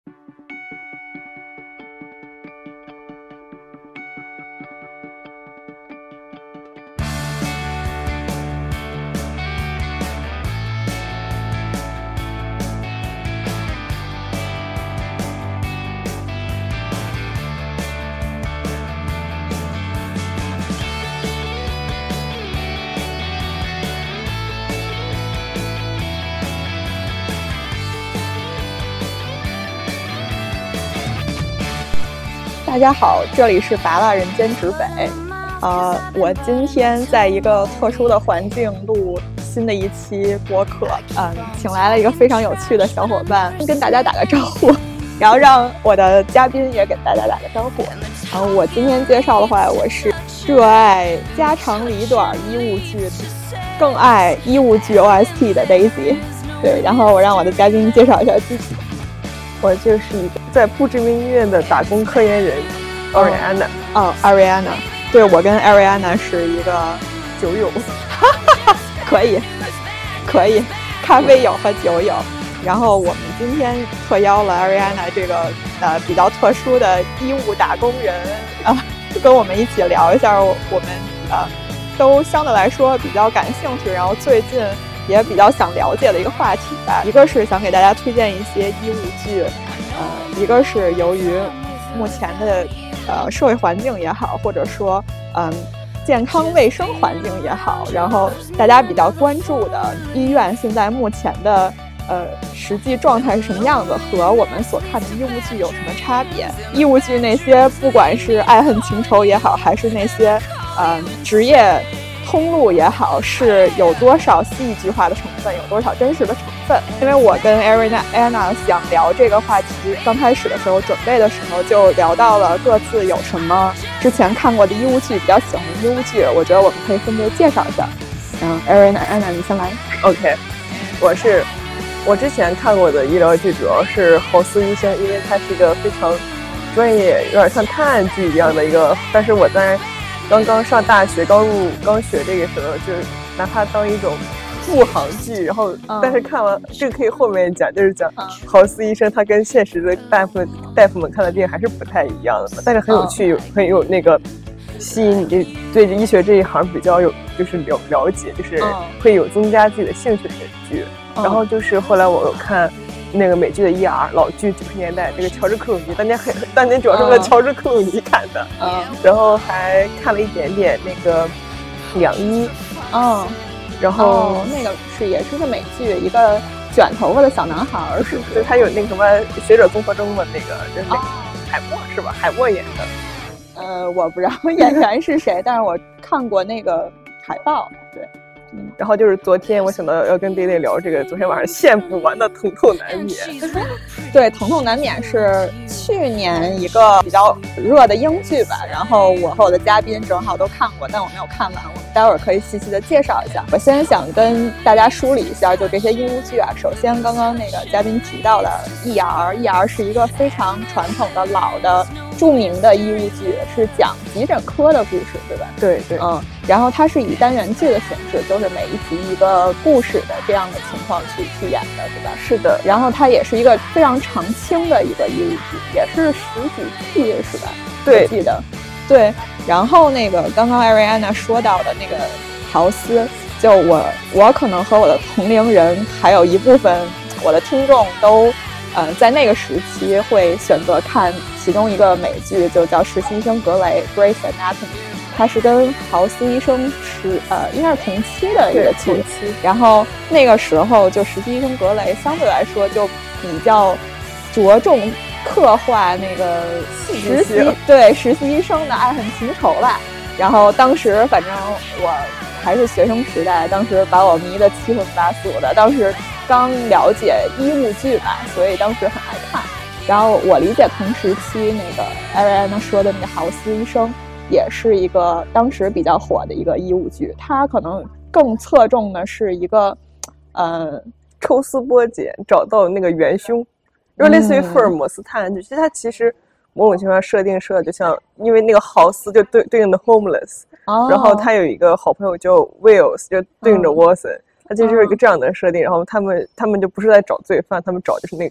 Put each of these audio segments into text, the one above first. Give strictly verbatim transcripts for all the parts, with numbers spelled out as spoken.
大家好，这里是拔蜡人间指北。呃，我今天在一个特殊的环境录新的一期播客，嗯，请来了一个非常有趣的小伙伴，跟大家打个招呼，然后让我的嘉宾也给大家打个招呼。然后我今天介绍的话，我是热爱家长里短医务剧，更爱医务剧 O S T 的 Daisy。对，然后我让我的嘉宾介绍一下自己。 我就是一个在不知名医院的打工科研人 Ariana。 哦 Ariana， 对，我跟 Ariana 是一个酒友，可以，可以，咖啡友和酒友。然后我们今天特邀了 Ariana 这个呃比较特殊的医务打工人啊，跟我们一起聊一下我们呃都相对来说比较感兴趣，然后最近也比较想了解的一个话题吧。一个是想给大家推荐一些医务剧，呃，一个是由于目前的呃社会环境也好，或者说嗯健康卫生环境也好，然后大家比较关注的医院现在目前的呃实际状态是什么样子，和我们所看的医务剧有什么差别。医务剧那些不管是爱恨情仇也好，还是那些呃职业通路也好，是有多少戏剧化的成分，有多少真实的成分。因为我跟 Ariana 想聊这个话题，刚开始的时候准备的时候就聊到了各自有什么之前看过的医务剧，比较喜欢的医务剧，我觉得我们可以分别介绍一下。嗯 Ariana 你先来。 OK， 我是我之前看过的医疗剧主要是豪斯医生，因为它是一个非常专业，有点像探案剧一样的一个，但是我在刚刚上大学刚入刚学这个时候，就拿它当一种入行剧，然后、嗯、但是看完这个可以后面讲，就是讲、嗯、豪斯医生他跟现实的大夫大夫们看的病还是不太一样的，但是很有趣，有、嗯、很有那个吸引你对医学这一行比较有就是了了解，就是会有增加自己的兴趣的剧、嗯、然后就是后来我有看那个美剧的 E R 老剧，九十年代这个乔治克鲁尼，当年很当年主要是为了乔治克鲁尼看的，嗯，然后还看了一点点那个两医， 嗯， 然后、 哦、那个是也是个美剧，一个卷头发的小男孩，是不是？ 对，他有那个什么学者综合征的那个，就是那个海默、哦、是吧？海默演的。 呃，我不知道演员是谁，但是我看过那个海报，对。 嗯，然后就是昨天我想到要跟 Daisy 聊这个，昨天晚上现补完的《疼痛难免》。 对，《疼痛难免》是去年一个比较热的英剧吧，然后我和我的嘉宾正好都看过，但我没有看完，我们待会儿可以细细的介绍一下。我先想跟大家梳理一下，就这些医务剧啊。首先，刚刚那个嘉宾提到的 E R，E R 是一个非常传统的老的著名的医务剧，是讲急诊科的故事，对吧？ 对对， 嗯，然后它是以单元剧的形式，就是每一集一个故事的这样的情况去去演的，对吧？ 是的。 然后它也是一个非常长青的一个医务剧，也是十几季，是吧？ 对， 我记得。对。然后那个刚刚 Ariana 说到的那个豪斯，就我我可能和我的同龄人，还有一部分我的听众都。呃，在那个时期会选择看其中一个美剧，就叫《实习医生格雷》（Grey's Anatomy），它是跟豪斯医生是呃应该是同期的一个剧。然后那个时候就《实习医生格雷》相对来说就比较着重刻画那个实习对实习医生的爱恨情仇啦。然后当时反正我还是学生时代，当时把我迷得七荤八素的，当时刚了解医务剧吧，所以当时很爱看。然后我理解同时期那个 Ariana 说的那个豪斯医生也是一个当时比较火的一个医务剧，它可能更侧重的是一个呃抽丝剥茧找到那个元凶，就类似于福尔摩斯探案剧。其实它其实某种情况设定设就像，因为那个豪斯就对对应的 homeless，哦、然后他有一个好朋友叫 Wills， 就对应着 Watson，、嗯、他其实是一个这样的设定。然后他们他们就不是在找罪犯，他们找就是那个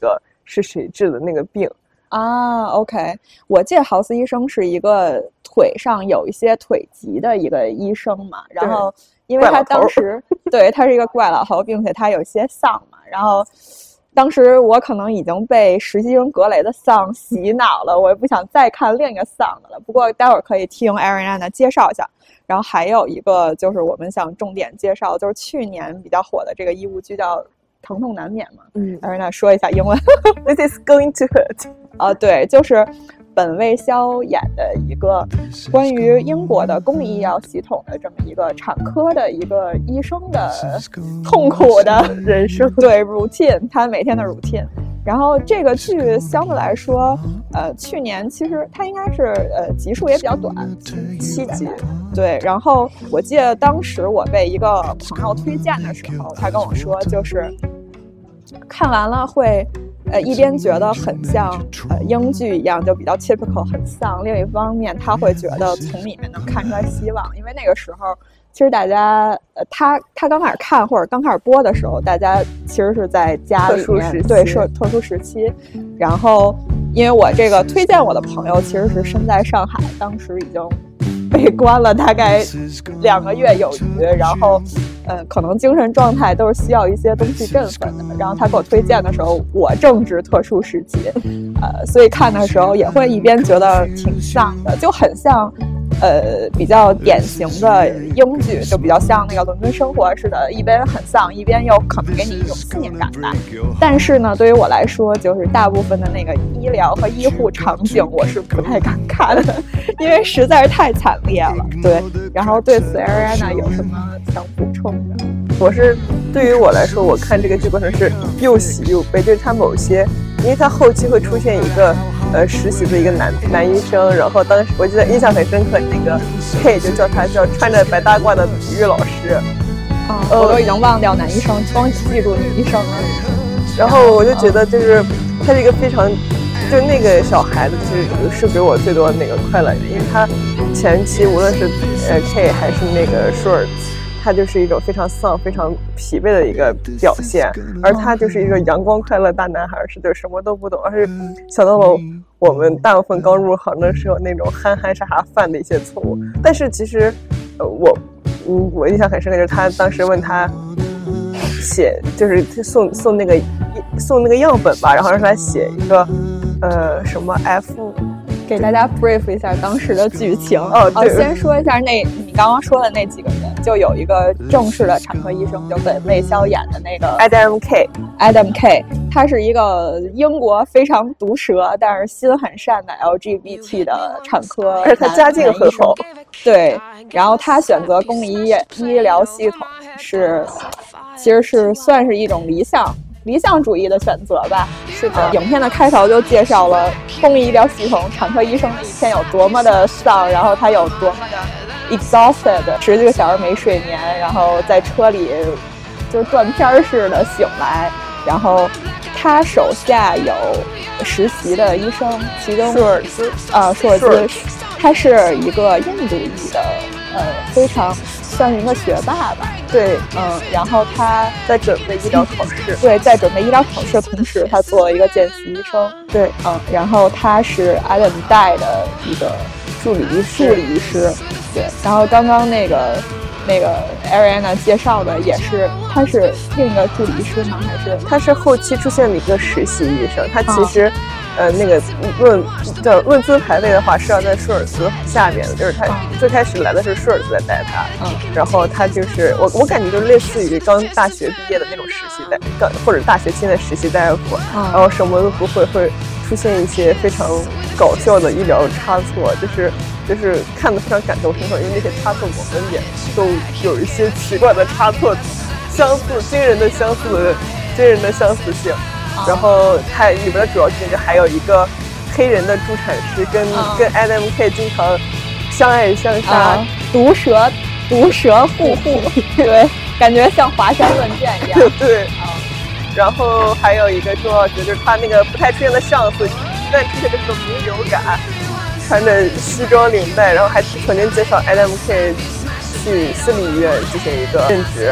是谁治的那个病啊。OK， 我记得豪斯医生是一个腿上有一些腿疾的一个医生嘛，然后因为他当时对他是一个怪老头，并且他有些丧嘛，然后当时我可能已经被实习生格雷的丧洗脑了，我也不想再看另一个丧的了。不过待会儿可以听 Ariana 介绍一下。然后还有一个就是我们想重点介绍，就是去年比较火的这个医务剧叫《疼痛难免》嘛。嗯 ，Ariana 说一下英文。 This is going to hurt。 啊，对，就是本卫肖演的一个关于英国的公立医疗系统的这么一个产科的一个医生的痛苦的人生， 对 routine， 他每天的 routine。然后这个剧相对来说，呃，去年其实它应该是呃集数也比较短，七集。对，然后我记得当时我被一个朋友推荐的时候，他跟我说，就是看完了会。呃，一边觉得很像呃英剧一样，就比较 typical 很丧，另一方面他会觉得从里面能看出来希望，因为那个时候其实大家呃他他刚开始看或者刚开始播的时候，大家其实是在家里面，对，是特殊时期。然后因为我这个推荐我的朋友其实是身在上海，当时已经被关了大概两个月有余，然后呃，可能精神状态都是需要一些东西振奋的。然后他给我推荐的时候，我正值特殊时期，呃，所以看的时候也会一边觉得挺丧的，就很像呃比较典型的英剧，就比较像那个伦敦生活似的，一边很丧，一边又可能给你一种信念感吧。但是呢，对于我来说，就是大部分的那个医疗和医护场景，我是不太敢看的，因为实在是太惨烈了。对，然后对此 Ariana 有什么想补充的？ 我是对于我来说，我看这个剧过程是又喜又悲，就是他某些，因为他后期会出现一个呃实习的一个男男医生，然后当时我记得印象很深刻，那个 K 就叫他叫穿着白大褂的体育老师， 啊、哦，我都已经忘掉男医生，光记住女医生了。 然后我就觉得就是他是一个非常，就是那个小孩子就是是给我最多那个快乐的，因为他前期无论是呃 K 还是那个 Short。他就是一种非常丧、非常疲惫的一个表现，而他就是一个阳光快乐大男孩，是就什么都不懂，而是想到了我们大部分刚入行的时候那种憨憨傻傻犯的一些错误。但是其实，呃，我，嗯，我印象很深刻，就是他当时问他写，就是送送那个送那个样本吧，然后让他写一个，呃，什么 F。 给大家 brief 一下当时的剧情。 哦，对， 哦，先说一下那你刚刚说的那几个人，就有一个正式的产科医生，就本卫肖演的那个 Adam K Adam K， 他是一个英国非常毒舌但是心很善的 L G B T 的产科， 而且他家境很好。 对，然后他选择公立医医疗系统是，其实是算是一种理想。理想主义的选择吧。 是的， 影片的开头就介绍了公立医疗系统产科医生的一天有多么的丧，然后他有多么的 exhausted， 十几个小时没睡眠，然后在车里就是断片似的醒来，然后他手下有实习的医生，其中舒尔兹啊，舒尔兹，他是一个印度裔的，呃，非常算是一个学霸吧。对，嗯，然后他在准备医疗考试， 对，在准备医疗考试的同时，他做了一个见习医生。对，嗯，然后他是 Adam 带的一个助理医师，助理医师。对，然后刚刚那个那个 Ariana 介绍的也是，他是另一个助理医师吗？还是他是后期出现了一个实习医生？他其实。啊呃，那个论叫论资排辈的话，是要在舒尔兹下面的，就是他最开始来的是舒尔兹在带他，嗯，然后他就是我我感觉就类似于刚大学毕业的那种实习大刚或者大学期的实习大夫，嗯，然后什么都不会，会出现一些非常搞笑的医疗差错，就是就是看得非常感同身受，因为那些差错我们也都有一些奇怪的差错，相似惊人的相似的惊人的相似性。然后它里边的主要剧情就还有一个黑人的助产师跟、嗯、跟 Adam K 经常相爱相杀， 嗯、毒舌毒舌互护，对，感觉像华山论剑一样。 对对、嗯，然后还有一个重要角就是他那个不太出现的上司，一旦出现就是名流感，穿着西装领带，然后还曾经介绍 Adam K 去私立医院进行一个任职。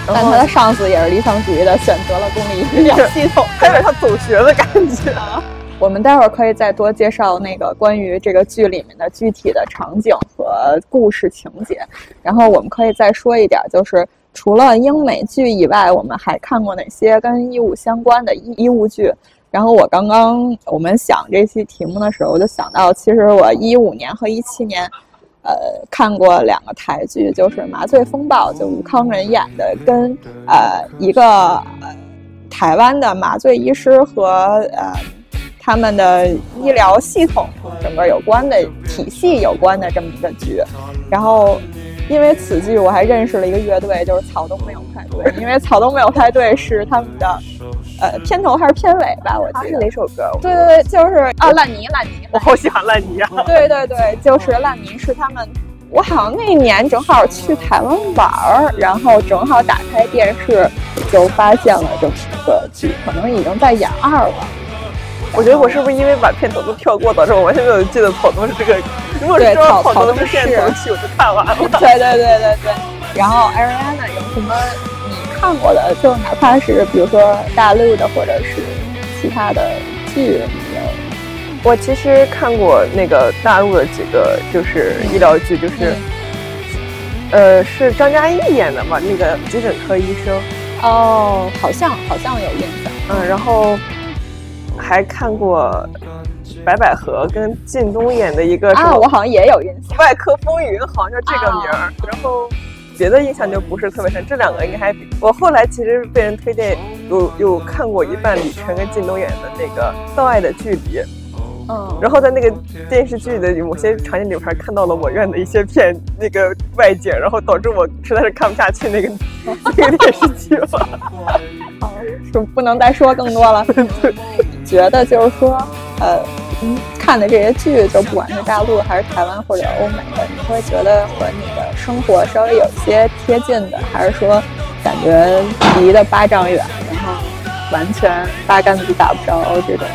但他的上司也是理想主义的，选择了公立医疗系统， 有点像走学的感觉。 我们待会儿可以再多介绍那个关于这个剧里面的具体的场景和故事情节，然后我们可以再说一点，就是除了英美剧以外，我们还看过哪些跟医务相关的医医务剧。然后我刚刚我们想这期题目的时候，我就想到，其实我一五年和一七年呃看过两个台剧，就是《麻醉风暴》，就吴康仁演的，跟呃一个呃台湾的麻醉医师和呃他们的医疗系统整个有关的体系有关的这么一个剧。然后因为此剧我还认识了一个乐队，就是草东没有派对，因为草东没有派对是他们的呃片头还是片尾吧，我记得。 是哪首歌？ 对对对，就是啊烂泥烂泥。 我好喜欢烂泥啊！ 对对对，就是烂泥是他们。我好像那一年正好去台湾玩儿，然后正好打开电视就发现了这么一个剧，可能已经在演二了。 我觉得我是不是因为把片头都跳过，导致我完全没有记得草东是这个。如果对， 说草东是片头曲，我就看完了。 对对对对对。然后 Ariana 有什么你看过的？就哪怕是比如说大陆的或者是其他的剧， 我其实看过那个大陆的几个就是医疗剧，就是、嗯、呃是张嘉译演的嘛，那个急诊科医生。 哦，好像好像有印象。 嗯，然后还看过白百合跟靳东演的一个啊，我好像也有印象， 外科风云，好像是这个名儿、啊。然后别的印象就不是特别深，这两个应该还比我后来其实被人推荐有有看过一半李晨跟靳东演的那个《道爱的距离》。 嗯， 然后在那个电视剧的某些场景里边看到了我院的一些片那个外景，然后导致我实在是看不下去那个那个电视剧了。 好，是不能再说更多了。觉得就是说，呃，嗯，看的这些剧，就不管是大陆还是台湾或者欧美的，你会觉得和你的生活稍微有一些贴近的，还是说感觉离得八丈远，然后完全八竿子打不着这种？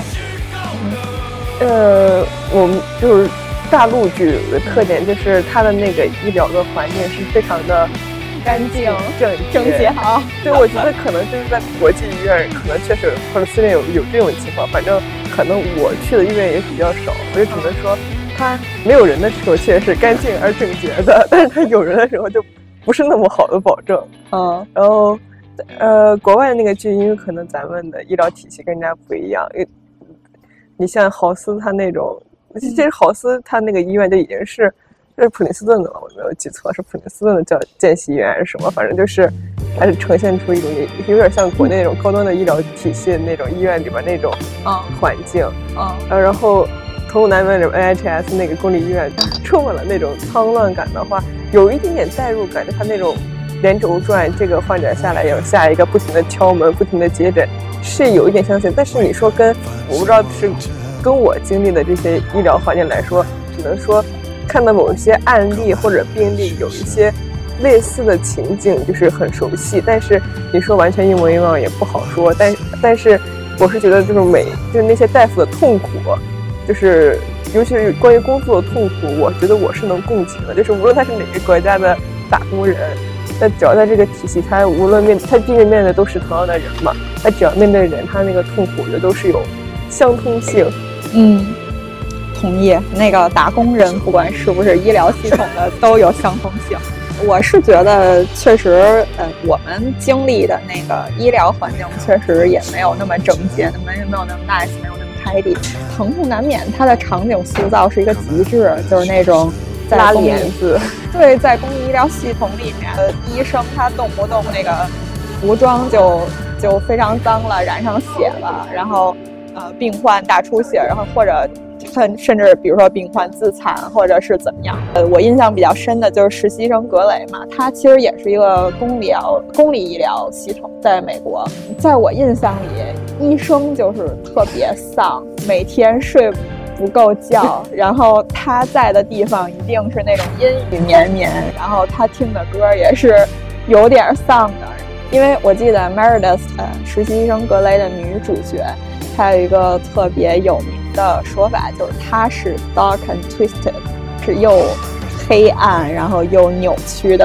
呃，我们就是大陆剧有个特点，就是它的那个医疗的环境是非常的干净、 整整洁好。 对，我觉得可能就是在国际医院，可能确实或者私院有有这种情况。反正可能我去的医院也比较少，我就只能说，它没有人的时候确实是干净而整洁的，但是它有人的时候就不是那么好的保证。 嗯， 然后，呃，国外那个剧，因为可能咱们的医疗体系跟人家不一样，因为你像豪斯他那种，其实豪斯他那个医院就已经是，这是普林斯顿的了，我没有记错，是普林斯顿的叫见习医院还是什么，反正就是还是呈现出一种有点像国内那种高端的医疗体系那种医院里边那种环境， 嗯， 呃，然后头南边的 N H S 那个公立医院充满了那种脏乱感的话，有一点点代入感，就他那种连轴转，这个患者下来有下一个不停的敲门，不停的接诊，是有一点相似。但是你说跟我不知道是跟我经历的这些医疗环境来说，只能说看到某一些案例或者病例有一些类似的情景，就是很熟悉。但是你说完全一模一样也不好说。但但是我是觉得就是每就是那些大夫的痛苦，就是尤其是关于工作的痛苦，我觉得我是能共情的。就是无论他是哪个国家的打工人。但只要在这个体系，他无论面他毕竟面对都是同样的人嘛，他只要面对人，他那个痛苦我觉得都是有相通性。 嗯，同意。那个打工人不管是不是医疗系统的都有相通性。我是觉得确实，呃，我们经历的那个医疗环境确实也没有那么整洁，没有没有那么 nice， 没有那么 tidy， 疼痛难免。它的场景塑造是一个极致，就是那种。 拉帘子， 对，在公立医疗系统里面，医生他动不动那个服装就就非常脏了，染上血了，然后呃病患大出血，然后或者甚甚至比如说病患自残或者是怎么样。呃，我印象比较深的就是实习生格雷嘛，他其实也是一个公立疗公立医疗系统，在美国，在我印象里，医生就是特别丧，每天睡不够觉，然后他在的地方一定是那种阴雨绵绵，然后他听的歌也是有点丧的。因为我记得 Meredith 呃实习医生格雷的女主角，她有一个特别有名的说法，就是她是 dark and twisted， 是又黑暗然后又扭曲的那么一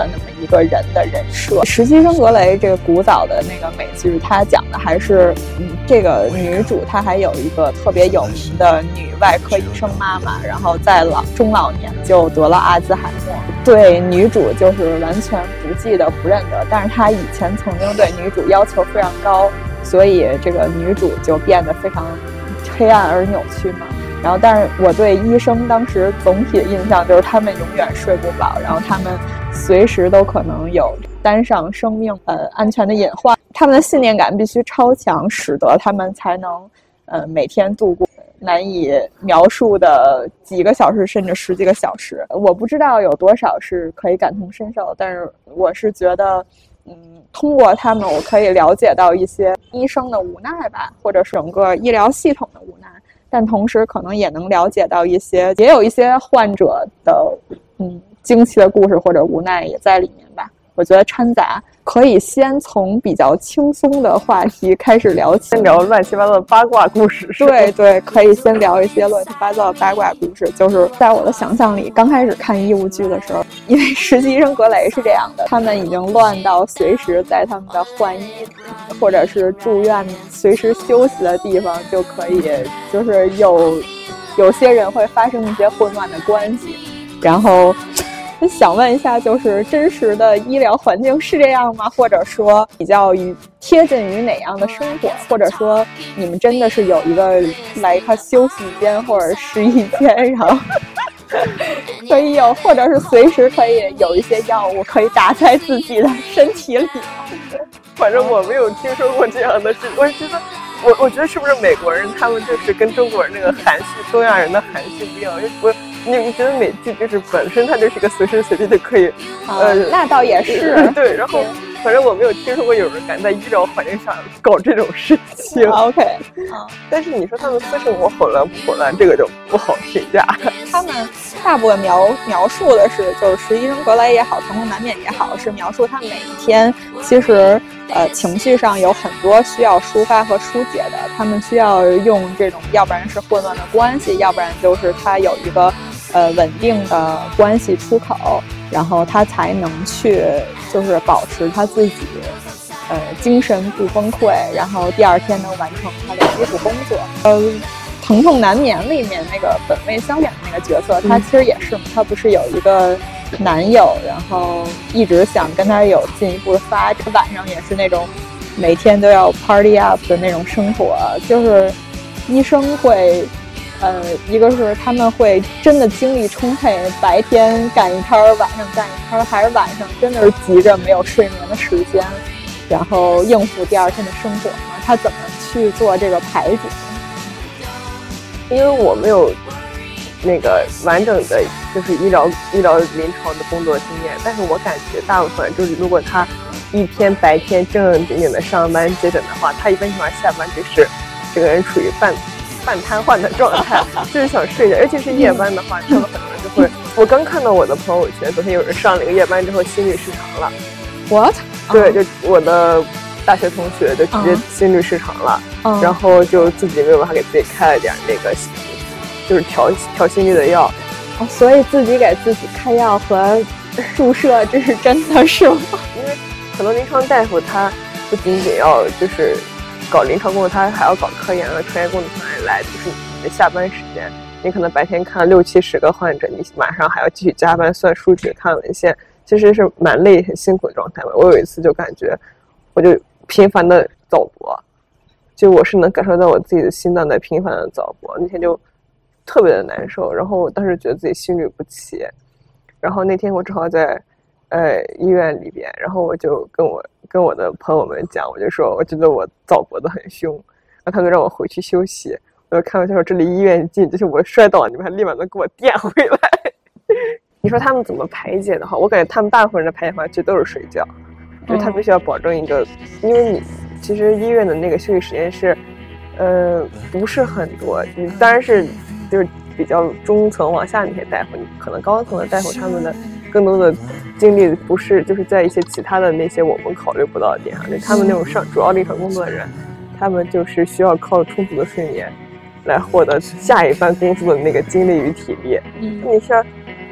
一个人的人设。实习生格雷这个古早的那个美剧，它讲的还是嗯，这个女主她还有一个特别有名的女外科医生妈妈，然后在老中老年就得了阿兹海默，对女主就是完全不记得不认得，但是她以前曾经对女主要求非常高，所以这个女主就变得非常黑暗而扭曲嘛。然后但是我对医生当时总体的印象就是他们永远睡不饱，然后他们随时都可能有担上生命呃安全的隐患，他们的信念感必须超强，使得他们才能呃每天度过难以描述的几个小时甚至十几个小时。我不知道有多少是可以感同身受，但是我是觉得嗯，通过他们我可以了解到一些医生的无奈吧，或者是整个医疗系统的无奈，但同时可能也能了解到一些，也有一些患者的嗯惊奇的故事或者无奈也在里面吧。我觉得掺杂，可以先从比较轻松的话题开始聊起， 先聊乱七八糟的八卦故事。 对对，可以先聊一些乱七八糟的八卦故事。就是在我的想象里，刚开始看医务剧的时候，因为实习生格雷是这样的，他们已经乱到随时在他们的换衣或者是住院随时休息的地方就可以，就是有有些人会发生一些混乱的关系，然后想问一下，就是真实的医疗环境是这样吗？或者说比较于贴近于哪样的生活？或者说你们真的是有一个来一个休息间或者试衣间，然后可以有，或者是随时可以有一些药物可以打在自己的身体里？ 反正我没有听说过这样的事。我觉得我我觉得是不是美国人他们就是跟中国人那个含蓄，东亚人的含蓄不一样？我你们觉得美剧就是本身它就是一个随时随地就可以， 啊、呃，那倒也是对。然后反正我没有听说过有人敢在医疗环境下搞这种事情。 啊、OK， 啊， 但是你说他们私生活混乱不混乱，这个就不好评价。 他们大部分描描述的是，就是实习生格雷也好，疼痛难免也好，是描述他们每一天其实呃情绪上有很多需要抒发和疏解的，他们需要用这种，要不然是混乱的关系，要不然就是他有一个呃稳定的关系出口，然后他才能去就是保持他自己呃精神不崩溃，然后第二天能完成他的基础工作。呃疼痛难免里面那个本味香点的那个角色，他其实也是，他不是有一个男友，然后一直想跟他有进一步的发展，晚上也是那种每天都要 party up 的那种生活。就是医生会呃一个是他们会真的精力充沛，白天干一摊，晚上干一摊，还是晚上真的是急着没有睡眠的时间，然后应付第二天的生活嘛？他怎么去做这个排解？ 因为我没有那个完整的就是医疗医疗临床的工作经验，但是我感觉大部分就是如果他一天白天正正经经的上班接诊的话，他一般情况下班就是这个人处于半半瘫痪的状态，就是想睡觉。尤其是夜班的话，他们很多人就会，我刚看到我的朋友圈，昨天有人上了一个夜班之后心律失常了。 What？ 对，就我的大学同学就直接心律失常了，嗯、然后就自己没有办法给自己开了点那个就是调调心率的药， 哦，所以自己给自己开药和注射，这是真的是吗？ 因为很多临床大夫他不仅仅要就是搞临床工作，他还要搞科研和科研工作上来，就是你的下班时间，你可能白天看了六七十个患者，你晚上还要继续加班算数据看文献，其实是蛮累很辛苦的状态嘛。我有一次就感觉我就频繁的早搏，就我是能感受到我自己的心脏在频繁的早搏，那天就特别的难受，然后我当时觉得自己心律不齐，然后那天我正好在呃医院里边，然后我就跟我跟我的朋友们讲，我就说我觉得我早搏得很凶，然后他们让我回去休息，我就开玩笑说这离医院近，就是我摔倒你们还立马能给我垫回来。你说他们怎么排解的话，我感觉他们大部分人的排解方法其实都是睡觉，就他必须要保证一个，因为你其实医院的那个休息时间是呃不是很多，你当然是就是比较中层往下那些大夫，你可能高层的大夫他们的更多的精力不是就是在一些其他的那些我们考虑不到的点上，就他们那种上主要临床工作的人，他们就是需要靠充足的睡眠来获得下一番工作的那个精力与体力。嗯，你像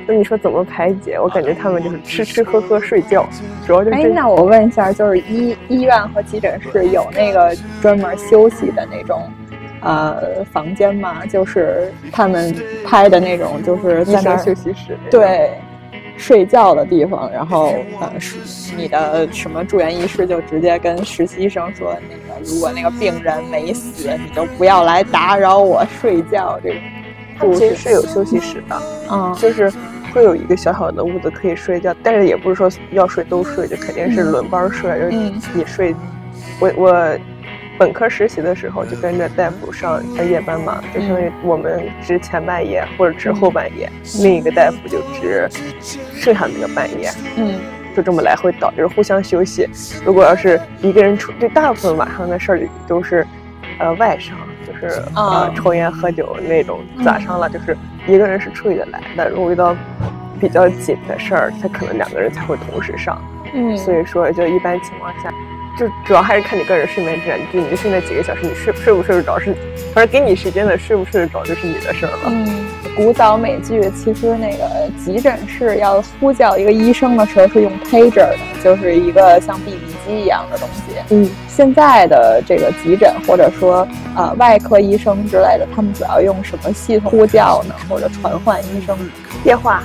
那你说怎么排解？我感觉他们就是吃吃喝喝睡觉，主要就是。 哎，那我问一下，就是医医院和急诊室有那个专门休息的那种呃房间吗？就是他们拍的那种，就是在那儿休息室。 对。睡觉的地方，然后呃，你的什么住院医师就直接跟实习生说，那个如果那个病人没死，你就不要来打扰我睡觉。这种他们其实是有休息室的， 嗯， 就是会有一个小小的屋子可以睡觉，但是也不是说要睡都睡，就肯定是轮班睡，嗯、就是你睡。我我本科实习的时候就跟着大夫上夜班嘛，就相当于我们值前半夜或者值后半夜，嗯、另一个大夫就值剩下那个半夜， 嗯， 就这么来回倒，就是互相休息。如果要是一个人出，对大部分晚上的事儿都是，呃，外伤，就是呃抽烟喝酒那种砸伤了，嗯、就是一个人是处理得来的。如果遇到比较紧的事儿，他可能两个人才会同时上。 嗯， 所以说就一般情况下。就主要还是看你个人睡眠质量，就你睡那几个小时，你睡睡不睡得着是，反正给你时间的睡不睡得着就是你的事儿了。 嗯，古早美剧其实那个急诊室要呼叫一个医生的时候是用 pager 的，就是一个像 B B 机一样的东西。 嗯， 现在的这个急诊或者说呃外科医生之类的，他们主要用什么系统呼叫呢？或者传唤医生？ 电话。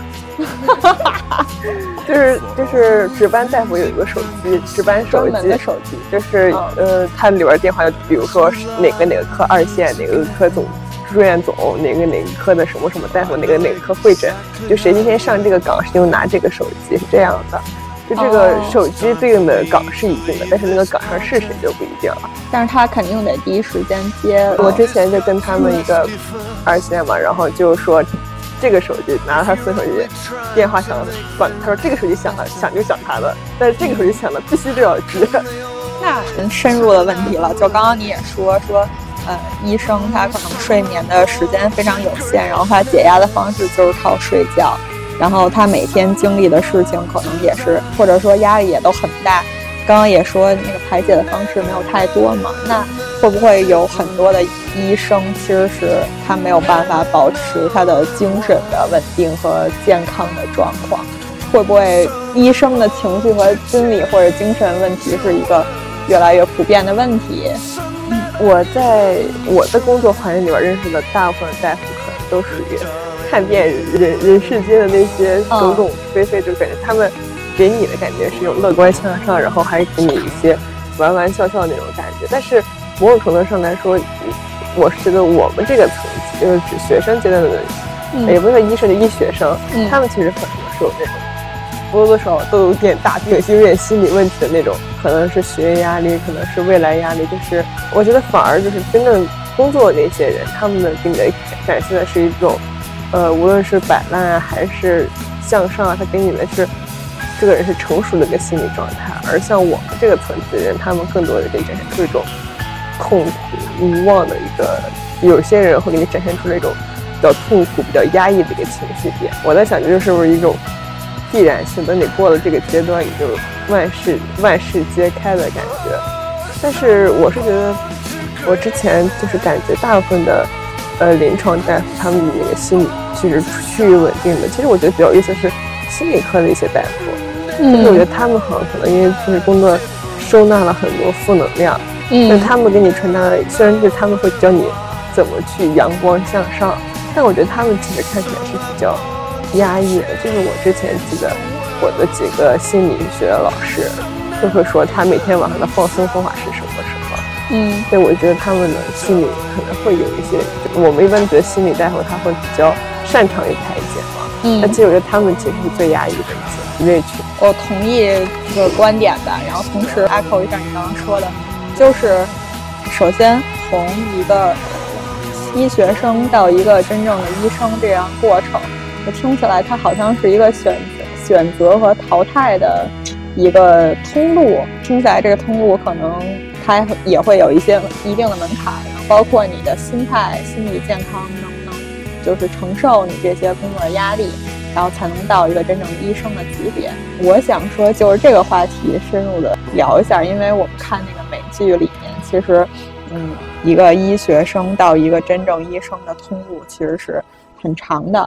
就是就是值班大夫有一个手机，值班手机的手机， 就是呃，它里边电话，比如说哪个哪个科二线，哪个科总住院总，哪个哪个科的什么什么大夫，哪个哪个科会诊，就谁今天上这个岗是就拿这个手机，是这样的。就这个手机对应的岗是一定的，但是那个岗上是谁就不一定了。 但是他肯定得第一时间接。 我之前就跟他们一个二线嘛，然后就说。这个手机拿着他私手机，电话响了，管他说这个手机响了，响就响他的，但是这个手机响了必须就要接。 那深入的问题了，就刚刚你也说说，呃，医生他可能睡眠的时间非常有限，然后他解压的方式就是靠睡觉，然后他每天经历的事情可能也是，或者说压力也都很大。刚刚也说那个排解的方式没有太多嘛，那会不会有很多的医生其实是他没有办法保持他的精神的稳定和健康的状况？会不会医生的情绪和心理或者精神问题是一个越来越普遍的问题？ 嗯，我在我的工作环境里边认识的大部分大夫可能都属于看遍人人世间的那些种种非非，就感觉他们给你的感觉是用乐观向上，然后还给你一些玩玩笑笑的那种感觉。但是某种程度上来说，我是觉得我们这个层级，就是指学生阶段的人，嗯、也不是说医生的医学生，嗯、他们其实可能是有那种多多少少都有点大病，有点心理问题的那种，可能是学业压力，可能是未来压力。就是我觉得反而就是真正工作的那些人，他们的给你的展现的是一种，呃，无论是摆烂啊还是向上啊，他给你的是。这个人是成熟的一个心理状态，而像我们这个层级的人，他们更多的给你展现出一种痛苦、无望的一个，有些人会给你展现出那种比较痛苦、比较压抑的一个情绪点。我在想，这就是不是一种必然性？等你过了这个阶段，也就万事万事皆开的感觉。但是我是觉得，我之前就是感觉大部分的呃临床大夫，他们的那个心理其实趋于稳定的。其实我觉得比较有意思是心理科的一些大夫。就是我觉得他们好像可能因为就是工作收纳了很多负能量，嗯，但他们给你传达的，虽然就是他们会教你怎么去阳光向上，但我觉得他们其实看起来是比较压抑的。就是我之前记得我的几个心理学老师就会说，他每天晚上的放松方法是什么什么，嗯，所以我觉得他们的心里可能会有一些，我们一般觉得心理大夫他会比较擅长于排解嘛，嗯，但其实我觉得他们其实是最压抑的一类群。 我同意这个观点吧，然后同时 echo 一下你刚刚说的，就是首先从一个医学生到一个真正的医生这样过程，我听起来它好像是一个选选择和淘汰的一个通路，听起来这个通路可能它也会有一些一定的门槛，包括你的心态、心理健康能不能就是承受你这些工作的压力，然后才能到一个真正医生的级别。我想说就是这个话题深入的聊一下，因为我们看那个美剧里面，其实嗯，一个医学生到一个真正医生的通路其实是很长的。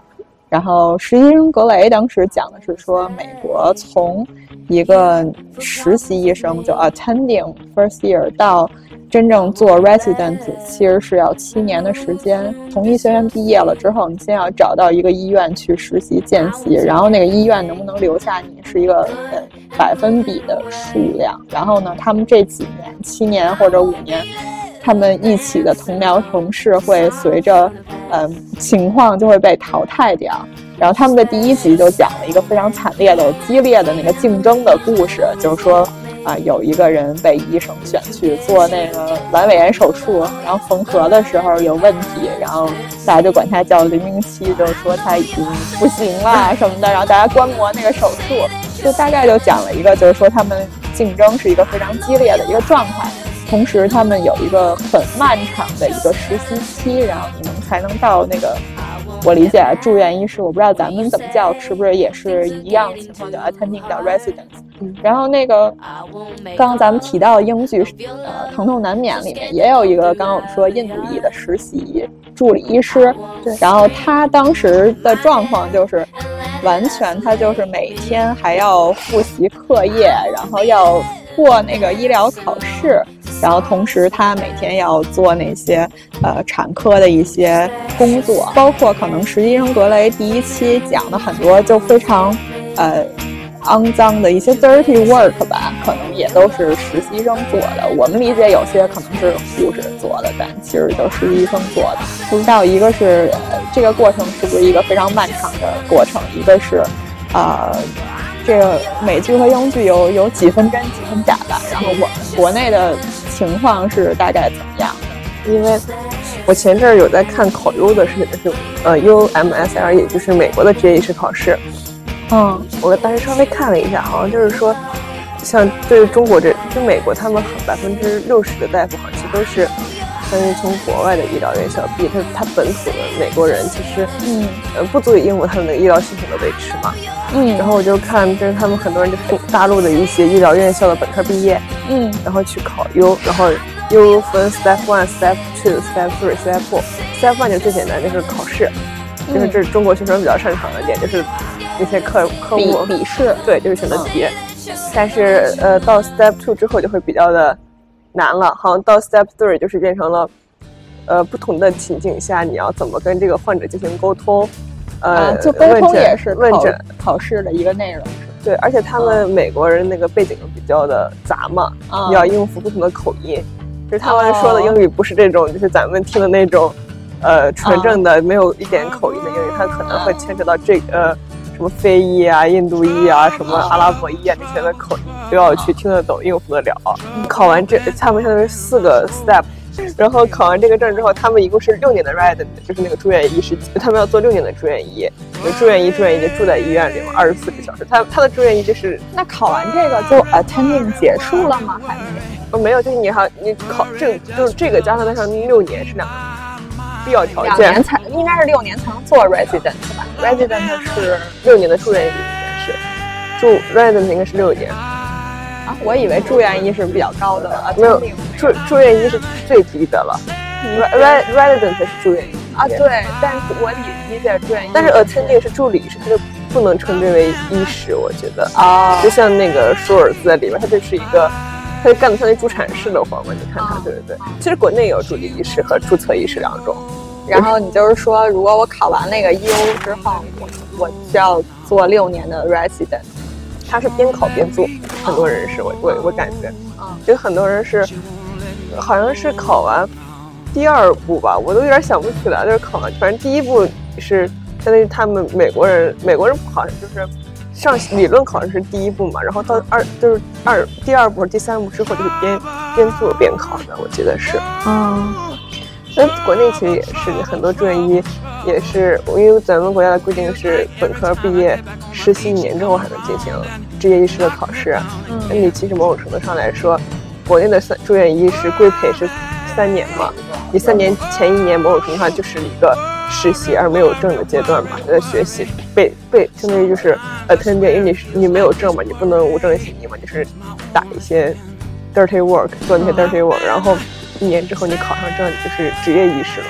然后实习生格雷当时讲的是说，美国从一个实习医生就 attending first year 到真正做 resident 其实是要七年的时间。从医学院毕业了之后，你先要找到一个医院去实习见习，然后那个医院能不能留下你是一个呃百分比的数量。然后呢，他们这几年七年或者五年，他们一起的同僚同事会随着嗯情况就会被淘汰掉。然后他们的第一集就讲了一个非常惨烈的激烈的那个竞争的故事，就是说啊，有一个人被医生选去做那个阑尾炎手术，然后缝合的时候有问题，然后大家就管他叫零零七，就是说他已经不行了什么的，然后大家观摩那个手术，就大概就讲了一个，就是说他们竞争是一个非常激烈的一个状态，同时他们有一个很漫长的一个实习期，然后你们才能到那个。我理解住院医师，我不知道咱们怎么叫，是不是也是一样情况，叫 attending 到 residence。嗯，然后那个刚刚咱们提到英剧呃《疼痛难免》里面也有一个，刚刚我们说印度裔的实习助理医师，对，然后他当时的状况就是完全他就是每天还要复习课业，然后要过那个医疗考试。然后同时他每天要做那些呃产科的一些工作，包括可能实习生格雷第一期讲的很多就非常呃肮脏的一些 dirty work 吧，可能也都是实习生做的。我们理解有些可能是护士做的，但其实都是实习生做的。不知道一个是、呃、这个过程是不是一个非常漫长的过程，一个是呃这个美剧和英剧有有几分真几分假吧，然后我们国内的情况是大概怎么样？ 因为我前阵儿有在看考 U 的事情，就是呃 U M S L， 也就是美国的职业医师考试。嗯，我当时稍微看了一下，好像就是说，像对中国这，就美国他们百分之六十的大夫好像都是，但是从国外的医疗院校毕业，他他本土的美国人其实嗯呃不足以应付他们的医疗系统的维持嘛。嗯，然后我就看，就是他们很多人就是大陆的一些医疗院校的本科毕业，嗯，然后去考 U， 然后 U 分 Step One、Step Two、Step Three、Step Four。Step One 就最简单，就是考试，就是这是中国学生比较擅长的点，就是那些科科目笔试， 对，就是选择题。嗯、但是呃，到 Step Two 之后就会比较的难了，好像到 Step Three 就是变成了，呃，不同的情景下你要怎么跟这个患者进行沟通。呃、啊， 就沟通也是问诊考试的一个内容， 对，而且他们美国人那个背景比较的杂嘛，嗯、你要应付不同的口音，就是他们说的英语不是这种，就是咱们听的那种，呃，纯正的、嗯、没有一点口音的英语，它可能会牵扯到这个、呃、什么非裔啊、印度裔啊、什么阿拉伯裔啊这些的口音，都要去听得懂、应付得了。嗯、考完这，他们相当于四个 step。然后考完这个证之后，他们一共是六年的 resident， 就是那个住院医师，他们要做六年的住院医。住院医，住院医就住在医院里嘛，二十四个小时。他他的住院医就是那考完这个就 attending 结束了吗？还是哦没有，就是你还你考这就是这个加上那上六年是两个必要条件， 两年才应该是六年才能做 resident 吧 ？resident 是六年的住院医，应该是住 resident 应该是六年。 啊，我以为住院医是比较高的了， 没有住住院医是最低的了。resident 是住院医啊，对，但是我理理解住院医， 但是 attending 是助理医师，他就不能称之为医师，我觉得啊，就像那个舒尔兹在里面，他就是一个，他就干的像那助产士的活嘛，你看他，对对对。其实国内也有助理医师和注册医师两种。 然后你就是说，如果我考完那个 U 之后，我我需要做六年的 resident。 他是边考边做，很多人是我我我感觉，就很多人是，好像是考完第二步吧，我都有点想不起来，就是考完，反正第一步是相当于他们美国人，美国人好像就是上理论考试是第一步嘛，然后到二就是二第二步第三步之后就是边边做边考的，我记得是，嗯。那国内其实也是很多住院医也是，因为咱们国家的规定是本科毕业实习一年之后还能进行执业医师的考试。嗯，那你其实某种程度上来说，国内的住院医师规培是三年嘛，你三年前一年某种程度上就是一个实习而没有证的阶段嘛，你在学习被被相当于就是 attending， 因为你你没有证嘛，你不能无证行医嘛，就是打一些 dirty work， 做那些 dirty work， 然后一年之后你考上证，你就是职业医师了嘛。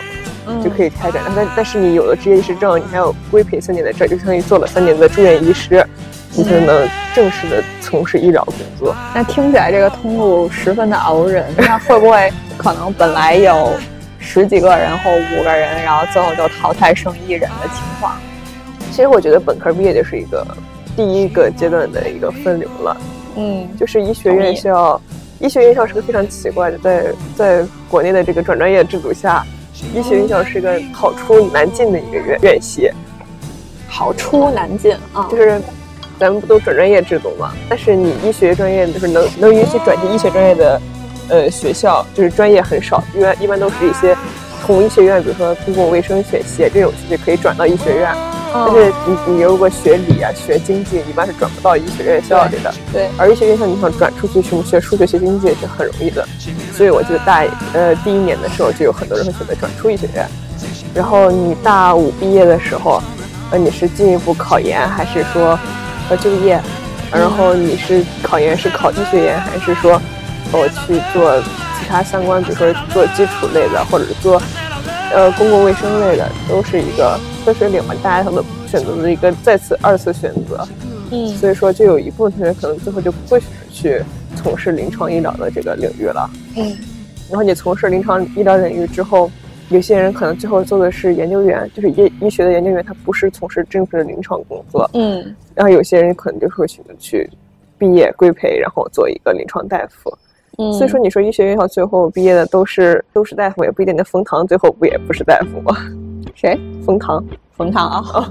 嗯、就可以开展。但但是你有了执业医师证，你还有规培三年的证，就相当于做了三年的住院医师，你才能正式的从事医疗工作。 那听起来这个通路十分的熬人，那会不会可能本来有十几个人或五个人，然后最后就淘汰剩一人的情况？ 其实我觉得本科毕业就是一个第一个阶段的一个分流了。嗯，就是医学院校，医学院校是个非常奇怪的，在在国内的这个转专业制度下，医学院校是一个好出难进的一个院院系。 好出难进啊， 就是咱们不都转专业制度嘛？但是你医学专业就是能能允许转进医学专业的，呃，学校就是专业很少，一般一般都是一些同医学院，比如说公共卫生学系这种就可以转到医学院。但是你你如果学理啊、学经济，一般是转不到医学院校里的。 对，对而医学院校你想转出去，什么学数学、学经济是很容易的。所以我记得大呃第一年的时候，就有很多人会选择转出医学院。然后你大五毕业的时候，呃，你是进一步考研，还是说呃就业？然后你是考研是考医学研，还是说我、呃、去做其他相关，比如说做基础类的，或者是做呃公共卫生类的，都是一个分水岭嘛，大家都选择的一个再次二次选择。嗯，所以说就有一部分同学可能最后就不会选择去从事临床医疗的这个领域了。嗯，然后你从事临床医疗领域之后，有些人可能最后做的是研究员，就是医医学的研究员，他不是从事正式的临床工作。嗯，然后有些人可能就会选择去毕业规培，然后做一个临床大夫。嗯，所以说你说医学院校最后毕业的都是都是大夫也不一定，那冯唐最后不也不是大夫吗？ 谁？ 冯唐。 冯唐啊。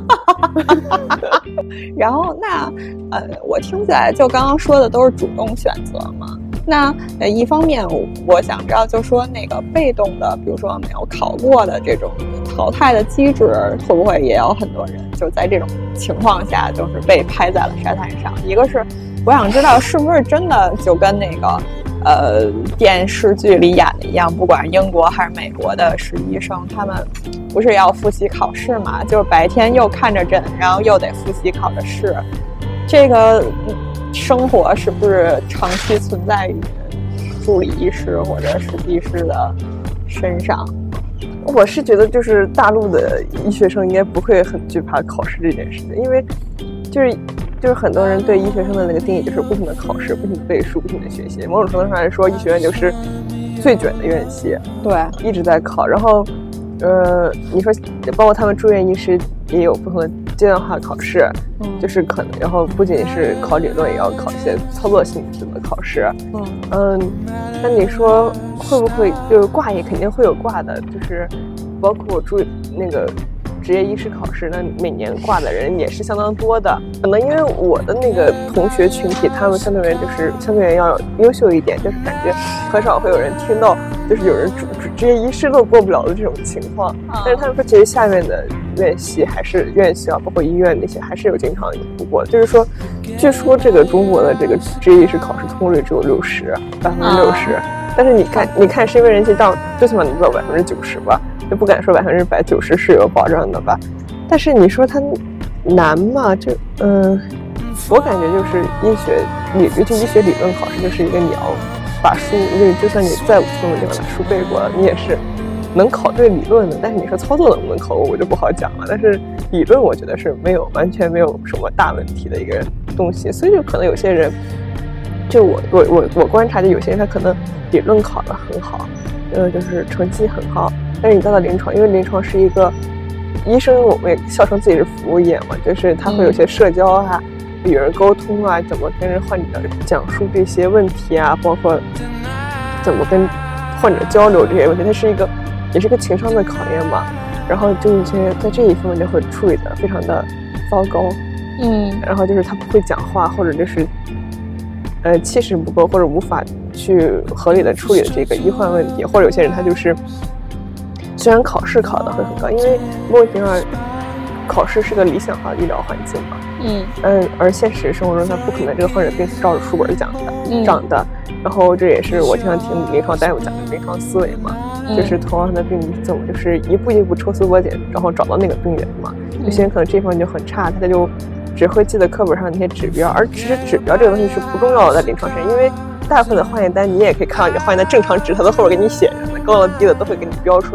然后那呃，我听起来就刚刚说的都是主动选择嘛。那呃，一方面我想知道，就说那个被动的，比如说没有考过的这种淘汰的机制，会不会也有很多人就在这种情况下就是被拍在了沙滩上？一个是我想知道是不是真的就跟那个呃电视剧里演的一样，不管是英国还是美国的实习生，他们不是要复习考试嘛？就是白天又看着诊，然后又得复习考着试，这个生活是不是长期存在于助理医师或者实习师的身上？ 我是觉得就是大陆的医学生应该不会很惧怕考试这件事情，因为就是就是很多人对医学生的那个定义就是不停的考试，不停的背书，不停的学习。某种程度上来说，医学院就是最卷的院系， 对， 一直在考。然后呃，你说包括他们住院医师也有不同的阶段化考试，嗯，就是可能，然后不仅是考理论，也要考一些操作性质的考试。嗯嗯，那你说会不会就是挂也肯定会有挂的，就是包括住那个职业医师考试，那每年挂的人也是相当多的。可能因为我的那个同学群体，他们相对而言就是相对而言要优秀一点，就是感觉很少会有人听到就是有人主职业医师都过不了的这种情况。但是他们说，其实下面的院系还是院系啊，包括医院那些还是有经常不过。就是说，据说这个中国的这个职业医师考试通过率只有六十，百分之六十。但是你看，你看身为人气账，最起码能做到百分之九十吧。就不敢说百分之百九十是有保障的吧，但是你说它难嘛？就嗯，我感觉就是医学理，尤其医学理论考试，就是一个你要把书，就就算你再聪明，你把书背过了，你也是能考对理论的。但是你说操作能不能考过，我就不好讲了。但是理论我觉得是没有完全没有什么大问题的一个东西，所以就可能有些人，就我我我我观察，就有些人他可能理论考得很好，呃，就是成绩很好。但是你到了临床，因为临床是一个医生，我们也笑称自己是服务业嘛，就是他会有些社交啊，与人沟通啊，怎么跟人患者讲述这些问题啊，包括怎么跟患者交流这些问题，它是一个也是一个情商的考验嘛。然后就一些在这一方面就会处理的非常的糟糕，嗯，然后就是他不会讲话，或者就是呃气势不够，或者无法去合理的处理这个医患问题，或者有些人他就是虽然考试考得会很高，因为某种程度上考试是个理想化的医疗环境嘛，嗯嗯，而现实生活中他不可能这个患者病是照着书本讲的、嗯、长的，然后这也是我经常听临床大夫讲的临床思维嘛、嗯、就是同样的病例怎么就是一步一步抽丝剥茧，然后找到那个病源嘛、嗯、有些人可能这方面就很差，他就只会记得课本上那些指标，而其实指标这个东西是不重要的在临床上，因为大部分的化验单你也可以看到你的化验单正常值，它都后边给你写着的，高了低了都会给你标出来。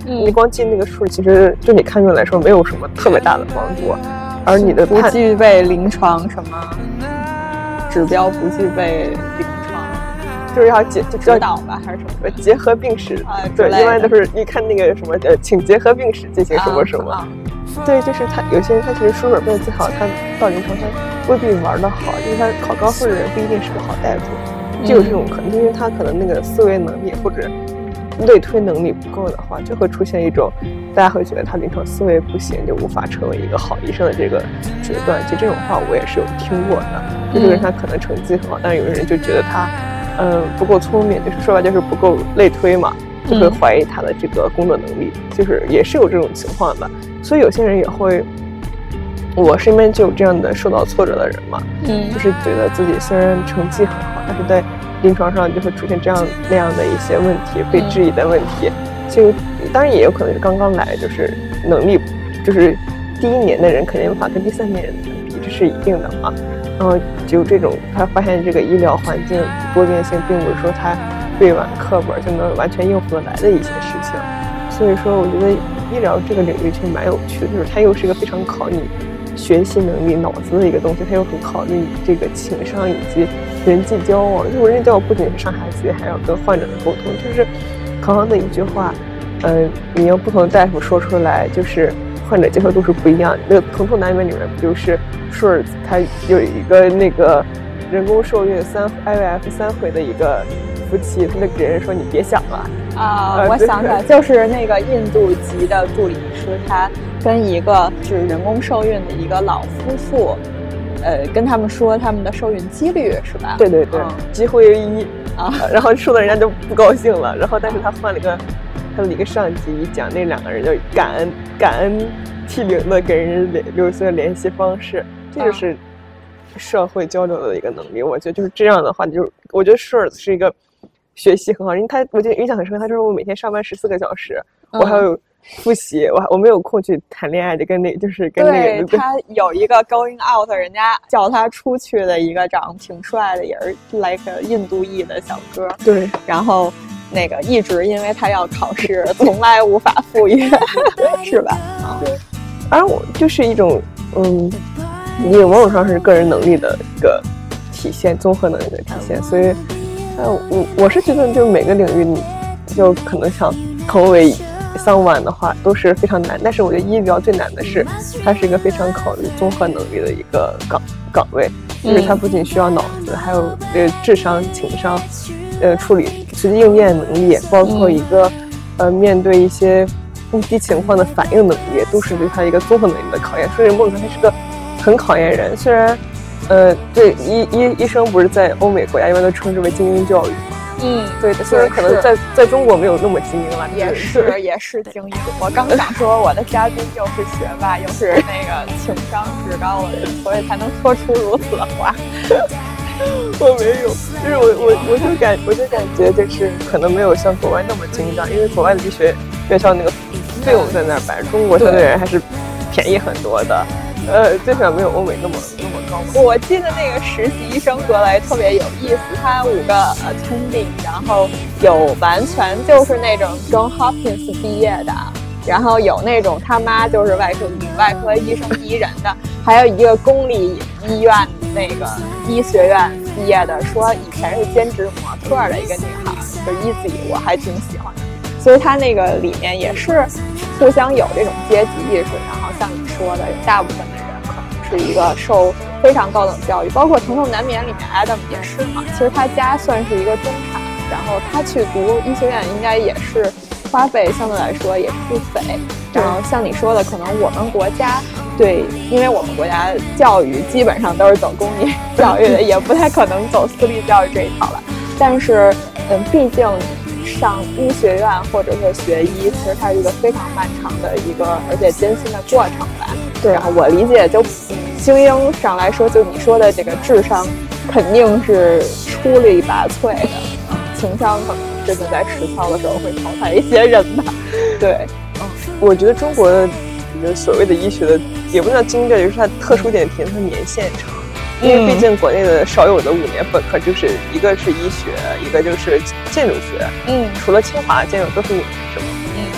嗯、你光记那个数，其实对你看病来说没有什么特别大的帮助，而你的不具备临床什么指标，不具备临床， 就是要结就指导吧，还是什么结合病史啊？ 对，一般都是你看那个什么呃，请结合病史进行什么什么。 啊啊对，就是他有些人他其实书本背的最好，他到临床他未必玩得好，因为他考高分的人不一定是个好大夫，就有这种可能，因为他可能那个思维能力或者类推能力不够的话，就会出现一种大家会觉得他临床思维不行，就无法成为一个好医生的这个决断。其实这种话我也是有听过的，就这个人他可能成绩很好，但是有的人就觉得他嗯、呃、不够聪明，就是说白就是不够类推嘛，就会怀疑他的这个工作能力，就是也是有这种情况的。所以有些人也会，我身边就有这样的受到挫折的人嘛，嗯，就是觉得自己虽然成绩很好，但是在临床上就会出现这样那样的一些问题，被质疑的问题。就当然也有可能是刚刚来，就是能力，就是第一年的人肯定无法跟第三年人比，这是一定的嘛。然后只有这种他发现这个医疗环境多变性，并不是说他背完课本就能完全应付得来的一些事情。所以说，我觉得医疗这个领域其实蛮有趣的，就是它又是一个非常考你学习能力、脑子的一个东西，它又很考虑你这个情商以及人际交往。就是人际交往不仅是上下级，还要跟患者的沟通。就是康康的一句话，呃，你用不同的大夫说出来，就是患者接受度是不一样的。那个《疼痛难眠》里面不就是舒尔茨他有一个那个人工受孕三 I V F 三回的一个夫妻，他就给人说你别想了。 啊、呃，我想起来，就是那个印度籍的助理师，他跟一个是人工受孕的一个老夫妇，呃，跟他们说他们的受孕几率是吧？ 对对对，嗯、几乎为一啊。 然后说的人家就不高兴了，然后但是他换了一个他的一个上级一讲，那两个人就感恩感恩涕零的给人留下联系方式，这就是社会交流的一个能力。我觉得就是这样的话，就是我觉得舒尔茨是一个。学习很好，因为他我觉得印象很深刻。他说我每天上班十四个小时，嗯、我还有复习，我我没有空去谈恋爱，就跟那就是跟那个。 对，他有一个 going out， 人家叫他出去的一个长得挺帅的，也是 like 印度裔的小哥。 对， 然后那个一直因为他要考试，从来无法赴约，是吧？啊， 对。而我就是一种嗯，你某种上是个人能力的一个体现，综合能力的体现，所以。呃，我我是觉得，就每个领域，你就可能想成为someone的话，都是非常难。但是我觉得医疗最难的是，它是一个非常考虑综合能力的一个岗岗位，就是它不仅需要脑子，还有呃智商、情商，呃处理实际应变能力，包括一个呃面对一些应激情况的反应能力，都是对它一个综合能力的考验。所以孟川他是个很考验人，虽然。呃，对，医医医生不是在欧美国家一般都称之为精英教育嘛？ 嗯， 对，虽然可能在在中国没有那么精英了， 也是也是精英。我刚想说，我的嘉宾又是学霸，又是那个情商至高的人，所以才能说出如此的话。 我没有，就是我我我就感我就感觉就是可能没有像国外那么精张，因为国外的医学院校那个费用在那儿摆，中国相对人还是便宜很多的。呃，最少没有欧美那么那么高。 我记得那个实习医生格雷特别有意思，他五个呃兄弟，然后有完全就是那种 John Hopkins 毕业的，然后有那种他妈就是外科女外科医生第一人的，还有一个公立医院那个医学院毕业的，说以前是兼职模特的一个女孩，就是 Easy， 我还挺喜欢的。所以他那个里面也是互相有这种阶级意识，然后像你说的，大部分的人可能是一个受非常高等教育，包括《疼痛难眠》里面 Adam 也是嘛。其实他家算是一个中产，然后他去读医学院应该也是花费相对来说也是不菲。然后像你说的，可能我们国家对，因为我们国家教育基本上都是走公立教育的，也不太可能走私立教育这一套了。但是，嗯，毕竟上医学院或者是学医，其实它是一个非常漫长的一个而且艰辛的过程吧。对，然后我理解就精英上来说，就你说的这个智商肯定是出类拔萃的，情商可能真的在实操的时候会淘汰一些人吧。对， 嗯，我觉得中国的所谓的医学的也不叫精湛，就是它特殊点评它年限长。因为毕竟国内的少有的五年本科，就是一个是医学，一个就是建筑学。嗯，除了清华、建筑都是五年，是吗？ 嗯，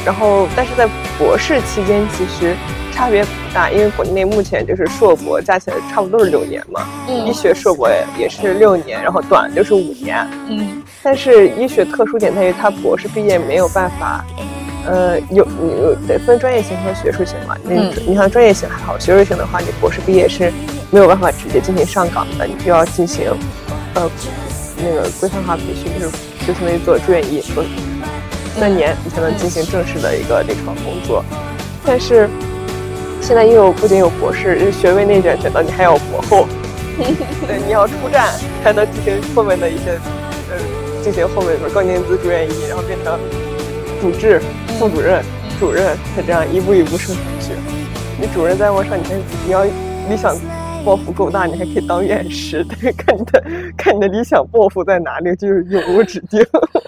然后但是在博士期间其实差别不大，因为国内目前就是硕博加起来差不多都是六年嘛，嗯、医学硕博也是六年，然后短就是五年。嗯，但是医学特殊点在于，他博士毕业没有办法，呃，有有得分专业性和学术性嘛。嗯，你像专业性还好，学术性的话，你博士毕业是没有办法直接进行上岗的，你就要进行呃那个规范化培训，就是就相当于做住院医，做三年你才能进行正式的一个临床工作。但是现在又有不仅有博士学位内卷卷到你还要博后，对，你要出站才能进行后面的一些呃进行后面的高年资住院医，然后变成主治、副主任、主任，才这样一步一步升上去。你主任再往上，你还你要理想抱负够大，你还可以当院士。对，看你的看你的理想抱负在哪里，就是永无止境。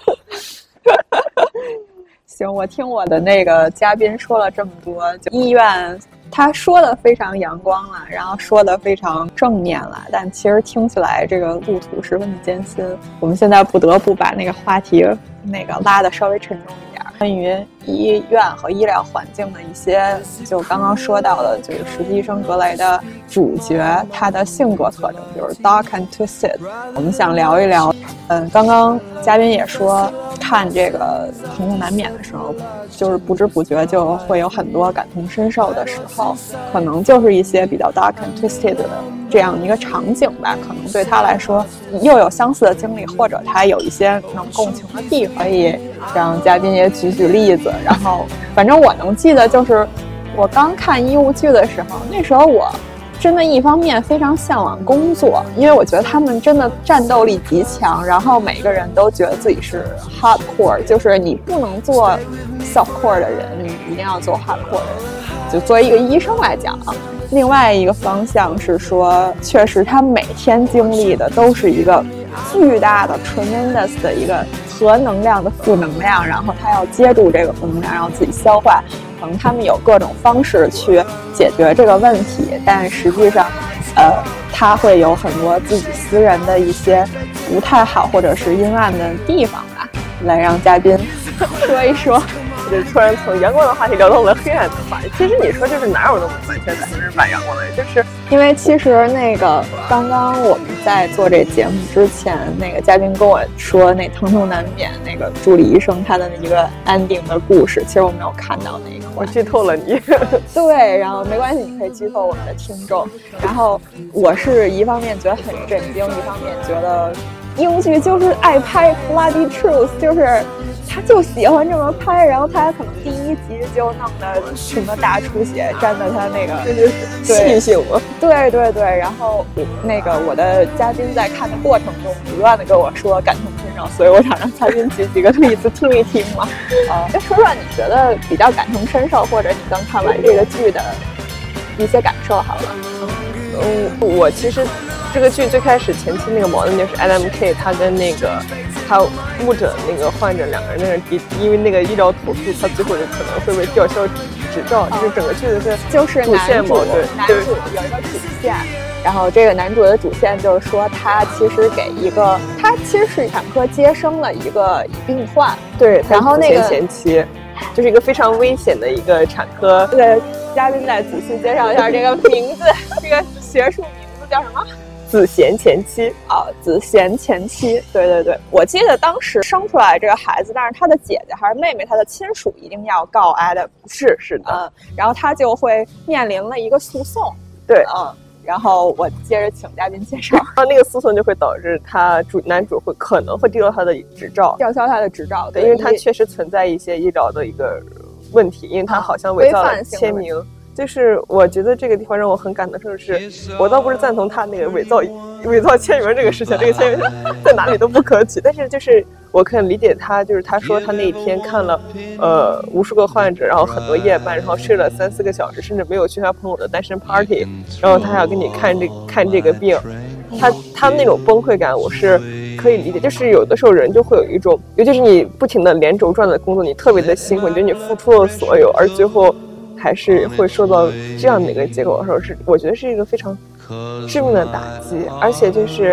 行，我听我的那个嘉宾说了这么多，就医院他说的非常阳光了，然后说的非常正面了，但其实听起来这个路途十分的艰辛。我们现在不得不把那个话题那个拉得稍微沉重一点，关于医院和医疗环境的一些，就刚刚说到的，就是实习医生格雷的主角他的性格特征就是 dark and twisted。我们想聊一聊，嗯，刚刚嘉宾也说，看这个《疼痛难免》的时候，就是不知不觉就会有很多感同身受的时候，可能就是一些比较 dark and twisted 的这样一个场景吧，可能对他来说又有相似的经历，或者他有一些能共情的地方，可以让嘉宾也举举例子。然后反正我能记得，就是我刚看医务剧的时候，那时候我真的一方面非常向往工作，因为我觉得他们真的战斗力极强，然后每个人都觉得自己是 hardcore， 就是你不能做 softcore 的人，你一定要做 hardcore 的人。就作为一个医生来讲，另外一个方向是说，确实他每天经历的都是一个巨大的 tremendous 的一个核能量的负能量，然后他要接住这个负能量，然后自己消化。可能他们有各种方式去解决这个问题，但实际上，呃，他会有很多自己私人的一些不太好或者是阴暗的地方吧，来让嘉宾说一说。 就突然从阳光的话题聊到了黑暗的话题。其实你说就是哪有那么完全百分之百阳光的人，就是因为其实那个刚刚我们在做这节目之前，那个嘉宾跟我说那《疼痛难免》那个助理医生他的一个安定的故事，其实我没有看到那一块， 我剧透了你。 对，然后没关系，你可以剧透我们的听众。然后我是一方面觉得很震惊，一方面觉得英剧就是爱拍 bloody truth， 就是他就喜欢这么拍，然后他可能第一集就弄得什么大出血，沾的他那个戏性嘛。 对对对，然后那个我的嘉宾在看的过程中不断的跟我说感同身受，所以我想让嘉宾举几个例子听一听嘛。啊，就说说你觉得比较感同身受，或者你刚看完这个剧的一些感受好了。 嗯，我其实这个剧最开始前期那个矛盾就是 Adam K 他跟那个他误诊那个患者两个人那是敌，因为那个医疗投诉，他最后有可能会被吊销执照，哦、就是整个剧的是就是主线矛盾， 男主有一个主线，然后这个男主的主线就是说他其实给一个他其实是产科接生了一个病患， 对， 然后那个前期就是一个非常危险的一个产科。 这个嘉宾再仔细介绍一下这个名字，这个学术名字叫什么？ 子贤前妻啊、哦，子贤前妻，对对对，我记得当时生出来这个孩子，但是他的姐姐还是妹妹，他的亲属一定要告 Adam， 是是的、 嗯，然后他就会面临了一个诉讼， 对， 嗯，然后我接着请嘉宾介绍， 然后那个诉讼就会导致他主男主会可能会丢掉他的执照， 吊销他的执照， 对，因为他确实存在一些医疗的一个问题，因为他好像伪造了签名。就是我觉得这个地方让我很感动，就是我倒不是赞同他那个伪造伪造签名这个事情，这个签名在哪里都不可取。但是就是我可以理解他，就是他说他那一天看了呃无数个患者，然后很多夜班，然后睡了三四个小时，甚至没有去他朋友的单身 party， 然后他还要跟你看这看这个病，他他那种崩溃感我是可以理解。就是有的时候人就会有一种，尤其是你不停的连轴转的工作，你特别的辛苦，你觉得你付出了所有，而最后还是会受到这样的一个结果的时候，是我觉得是一个非常致命的打击。而且就是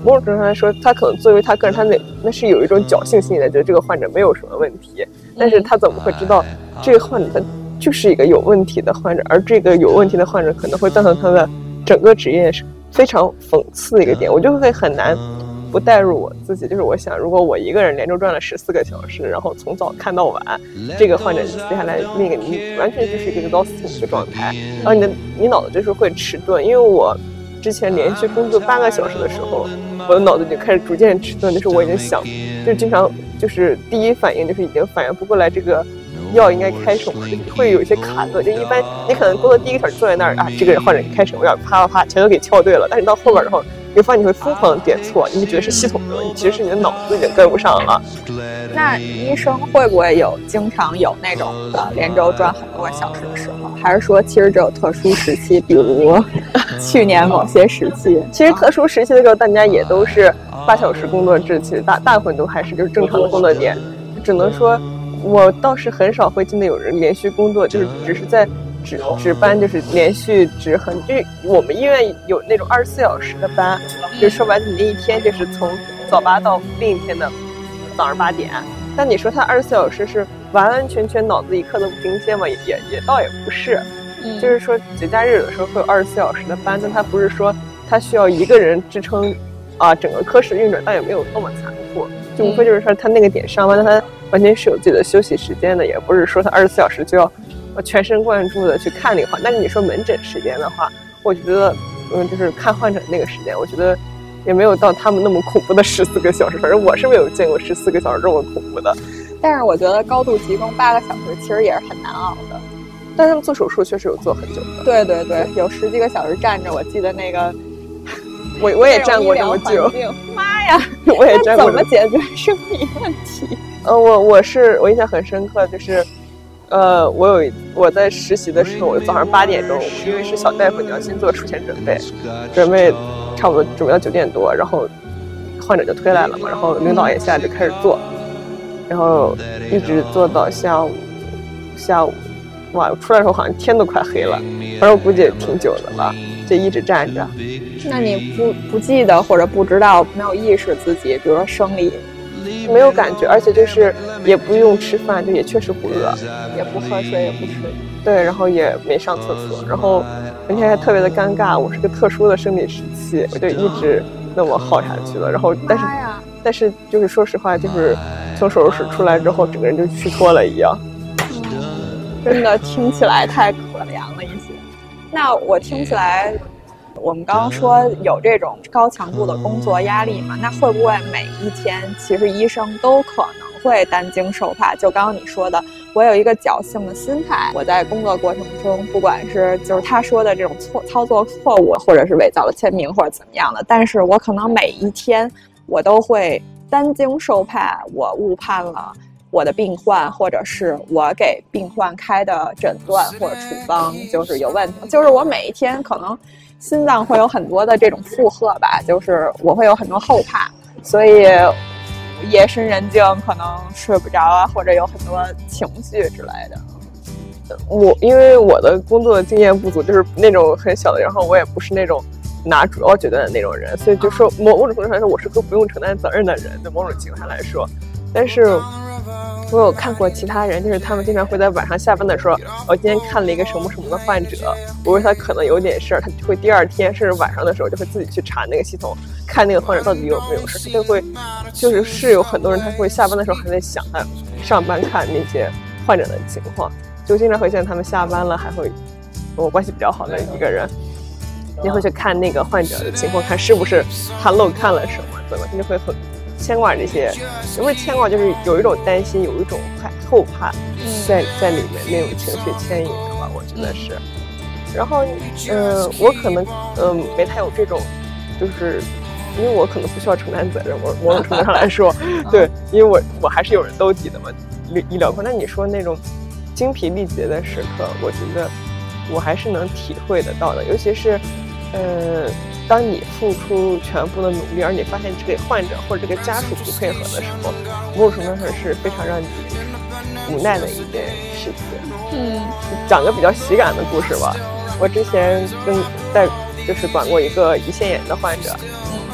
某种程度上来说，他可能作为他个人，他那那是有一种侥幸心理的，觉得这个患者没有什么问题，但是他怎么会知道这个患者他就是一个有问题的患者，而这个有问题的患者可能会造成他的整个职业是非常讽刺的一个点，我就会很难不带入我自己。就是我想，如果我一个人连轴转了十四个小时，然后从早看到晚，这个患者接下来那个你完全就是一个 exhausting 的一个状态，然后你的你脑子就是会迟钝。因为我之前连续工作八个小时的时候，我的脑子就开始逐渐迟钝，就是我已经想，就是经常就是第一反应就是已经反应不过来这个药应该开什么，会有一些卡顿。就一般你可能工作第一个小时坐在那儿啊，这个人患者开什么药，啪啪啪全都给敲对了，但是到后边之后，你发现你会疯狂的点错，你就觉得是系统的问题，其实是你的脑子已经跟不上了。 那医生会不会有经常有那种的连轴转很多个小时的时候，还是说其实只有特殊时期，比如去年某些时期？ 其实特殊时期的时候，大家也都是八小时工作制，其实大大部分都还是就是正常的工作点，只能说。我倒是很少会见到有人连续工作，就是只是在值值班，就是连续值很，就是我们医院有那种二十四小时的班，就说白了，你那一天就是从早八到另一天的早上八点。但你说他二十四小时是完完全全脑子一刻都不停歇嘛？也也也倒也不是，嗯、就是说节假日的时候会有二十四小时的班，但他不是说他需要一个人支撑啊整个科室运转，倒也没有那么残酷，就无非就是说他那个点上班，但他完全是有自己的休息时间的，也不是说他二十四小时就要全神贯注的去看那个患。但是你说门诊时间的话，我觉得，嗯，就是看患者那个时间，我觉得也没有到他们那么恐怖的十四个小时。反正我是没有见过十四个小时这么恐怖的。 但是我觉得高度集中八个小时其实也是很难熬的。 但他们做手术确实有做很久的。 对对对，有十几个小时站着，我记得那个。 我我也站过这么久。 妈呀！ 我也站过。 怎么解决生理问题？ 呃，我我是我印象很深刻，就是，呃，我有我在实习的时候，我早上八点钟，因为是小大夫，你要先做术前准备，准备差不多准备到九点多，然后患者就推来了嘛，然后领导也下来就开始做，然后一直做到下午下午，哇，我出来的时候好像天都快黑了，反正我估计也挺久的了，就一直站着。 那你不不记得或者不知道，没有意识自己，比如说生理。 没有感觉，而且就是也不用吃饭，就也确实不饿， 也不喝水，也不吃。 对，然后也没上厕所，然后那天还特别的尴尬，我是个特殊的生理时期，我就一直那么耗下去了。然后但是但是就是说实话，就是从手术室出来之后，整个人就虚脱了一样。 嗯，真的听起来太可怜了一些。那我听起来。我们刚刚说有这种高强度的工作压力嘛，那会不会每一天其实医生都可能会担惊受怕？就刚刚你说的，我有一个侥幸的心态，我在工作过程中，不管是就是他说的这种错操作错误，或者是伪造了签名或者怎么样的，但是我可能每一天我都会担惊受怕，我误判了我的病患，或者是我给病患开的诊断或者处方就是有问题，就是我每一天可能心脏会有很多的这种负荷吧，就是我会有很多后怕，所以夜深人静可能睡不着啊，或者有很多情绪之类的。 我因为我的工作经验不足，就是那种很小的，然后我也不是那种拿主要决断的那种人，所以就说某种程度上来说，我是个不用承担责任的人，在某种情况下来说。但是我有看过其他人，就是他们经常会在晚上下班的时候，我今天看了一个什么什么的患者，我问他可能有点事儿，他就会第二天甚至晚上的时候就会自己去查那个系统，看那个患者到底有没有事。他就会就是是有很多人他会下班的时候还在想他上班看那些患者的情况，就经常会见他们下班了还会跟我关系比较好的一个人也会去看那个患者的情况，看是不是他漏看了什么，怎么他就会很牵挂这些，也不是牵挂，就是有一种担心，有一种后怕在在里面，那种情绪牵引着吧，我觉得是。然后，嗯、呃，我可能嗯、呃、没太有这种，就是因为我可能不需要承担责任，我某种程度上来说，对，因为我我还是有人兜底的嘛，医医疗科。那你说那种精疲力竭的时刻，我觉得我还是能体会得到的，尤其是，呃。当你付出全部的努力，而你发现这个患者或者这个家属不配合的时候，某种程度上是非常让你无奈的一件事情。 嗯， 讲个比较喜感的故事吧。我之前跟在就是管过一个胰腺炎的患者，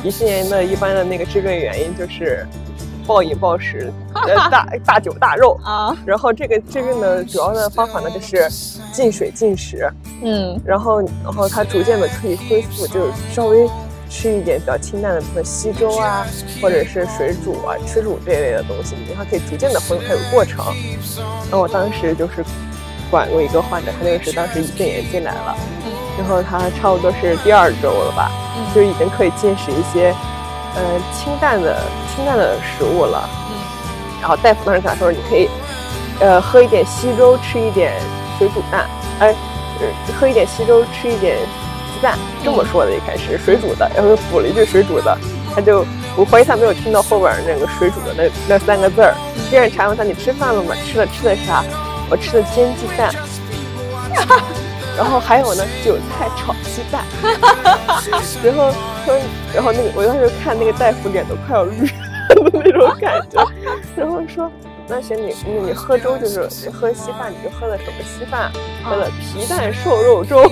胰腺炎的一般的那个致病原因就是暴饮暴食，呃大大酒大肉啊。然后这个治病的主要的方法呢，就是禁水禁食。嗯，然后然后它逐渐的可以恢复，就是稍微吃一点比较清淡的，比如稀粥啊，或者是水煮啊、吃煮这一类的东西，它可以逐渐的恢复，它有过程。然后我当时就是管过一个患者，他那个是当时胰腺炎进来了，然后他差不多是第二周了吧，就是已经可以进食一些呃清淡的清淡的食物了。嗯，然后大夫当时跟他说，你可以呃喝一点稀粥，吃一点水煮蛋，哎，喝一点稀粥，吃一点鸡蛋，这么说的。一开始水煮的，然后补了一句水煮的，他就我怀疑他没有听到后边那个水煮的那那三个字儿。第二查问他你吃饭了吗？吃了，吃的啥？我吃的煎鸡蛋。然后还有呢，韭菜炒鸡蛋。然后说，然后那个我当时看那个大夫脸都快要绿了的那种感觉。然后说，那行你你你喝粥就是喝稀饭，你就喝的什么稀饭？喝的皮蛋瘦肉粥。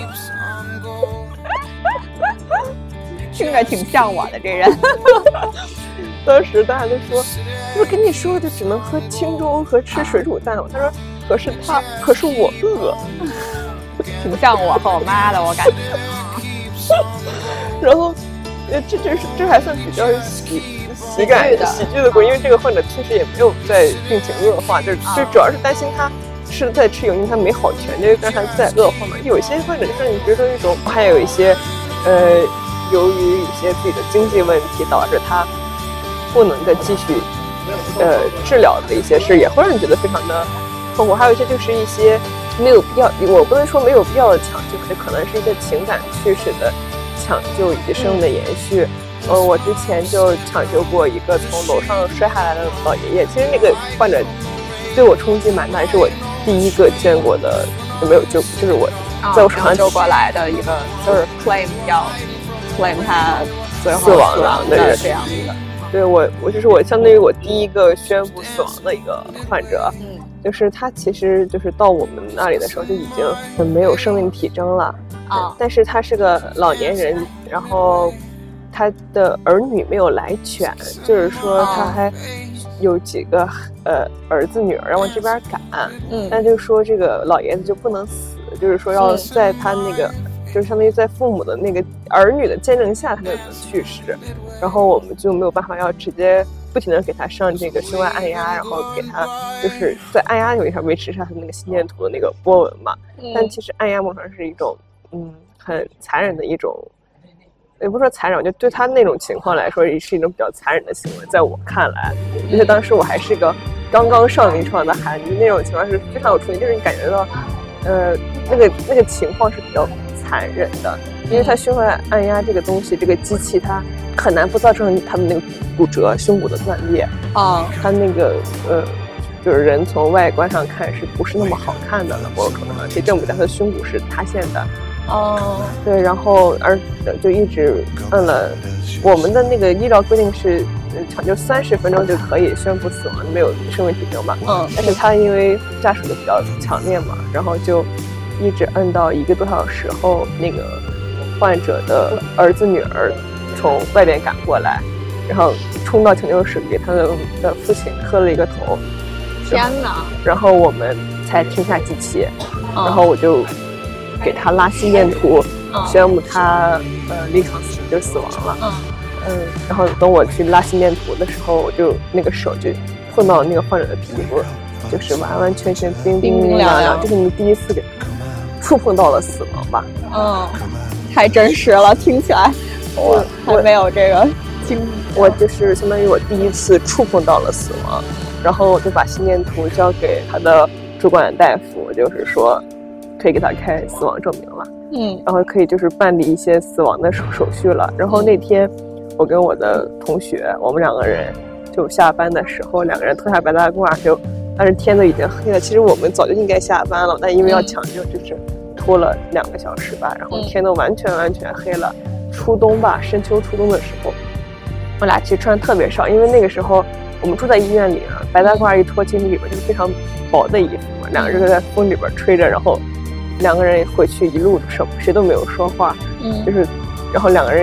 听着挺像我的这人。 当时大家都说，我跟你说就只能喝清粥和吃水煮蛋。他说，可是他，可是我饿。 挺像我和我妈的，我感觉。 然后，呃，这这是这还算比较喜喜感喜剧的故事，因为这个患者其实也没有在病情恶化，就就主要是担心他是在吃油，因为他没好全，就让他再恶化嘛。有一些患者就是你比如说一种，还有一些，呃，由于一些自己的经济问题导致他不能再继续，呃，治疗的一些事，也会让你觉得非常的痛苦。还有一些就是一些。没有必要，我不能说没有必要的抢救，这可能是一个情感去世的抢救以及生命的延续。呃，我之前就抢救过一个从楼上摔下来的老爷爷，其实那个患者对我冲击蛮大，是我第一个见过的就没有救，就是我在我手上救过来的一个，就是 claim 要 claim 他最后死亡的人这样子的。 对我，我就是我相当于我第一个宣布死亡的一个患者。嗯。就是他其实就是到我们那里的时候就已经没有生命体征了啊，但是他是个老年人，然后他的儿女没有来全，就是说他还有几个呃儿子女儿要往这边赶，嗯，但就说这个老爷子就不能死，就是说要在他那个。就是相当于在父母的那个儿女的见证下，他就能去世，然后我们就没有办法，要直接不停的给他上这个胸外按压，然后给他就是在按压有一条维持上他那个心电图的那个波纹嘛。嗯、但其实按压某种是一种嗯很残忍的一种，也不是说残忍，就对他那种情况来说是一种比较残忍的行为，在我看来，而且当时我还是一个刚刚上临床的孩子，那种情况是非常有冲击，就是你感觉到呃那个那个情况是比较残忍的，因为它胸外按压这个东西，这个机器它很难不造成他们那个骨折、胸骨的断裂啊。它那个呃，就是人从外观上看是不是那么好看的了？某种程度上，可以证明它的胸骨是塌陷的。哦，对，然后而就一直摁了。我们的那个医疗规定是抢救三十分钟就可以宣布死亡，没有生命体征嘛。嗯，但是他因为家属的比较强烈嘛，然后就。一直摁到一个多小时后，那个患者的儿子女儿从外边赶过来，然后冲到抢救室给他的的父亲磕了一个头。 天哪！ 然后我们才停下机器，嗯、然后我就给他拉心电图，嗯、宣布他呃临床死就死亡了。嗯嗯，然后等我去拉心电图的时候，我就那个手就碰到那个患者的皮肤，就是完完全全冰冰凉凉，这是你第一次给触碰到了死亡吧？ 嗯，太真实了，听起来我还没有这个经历。 我就是相当于我第一次触碰到了死亡，然后我就把心电图交给他的主管大夫，就是说可以给他开死亡证明了。嗯，然后可以就是办理一些死亡的手手续了。然后那天我跟我的同学，我们两个人就下班的时候，两个人脱下白大褂就。但是天都已经黑了，其实我们早就应该下班了，但因为要抢救，就是拖了两个小时吧。然后天都完全完全黑了，初冬吧，深秋初冬的时候，我俩其实穿的特别少，因为那个时候我们住在医院里啊，白大褂一脱，其实里边就是非常薄的衣服嘛，两个人就在风里边吹着，然后两个人回去一路什么谁都没有说话，嗯，就是，然后两个人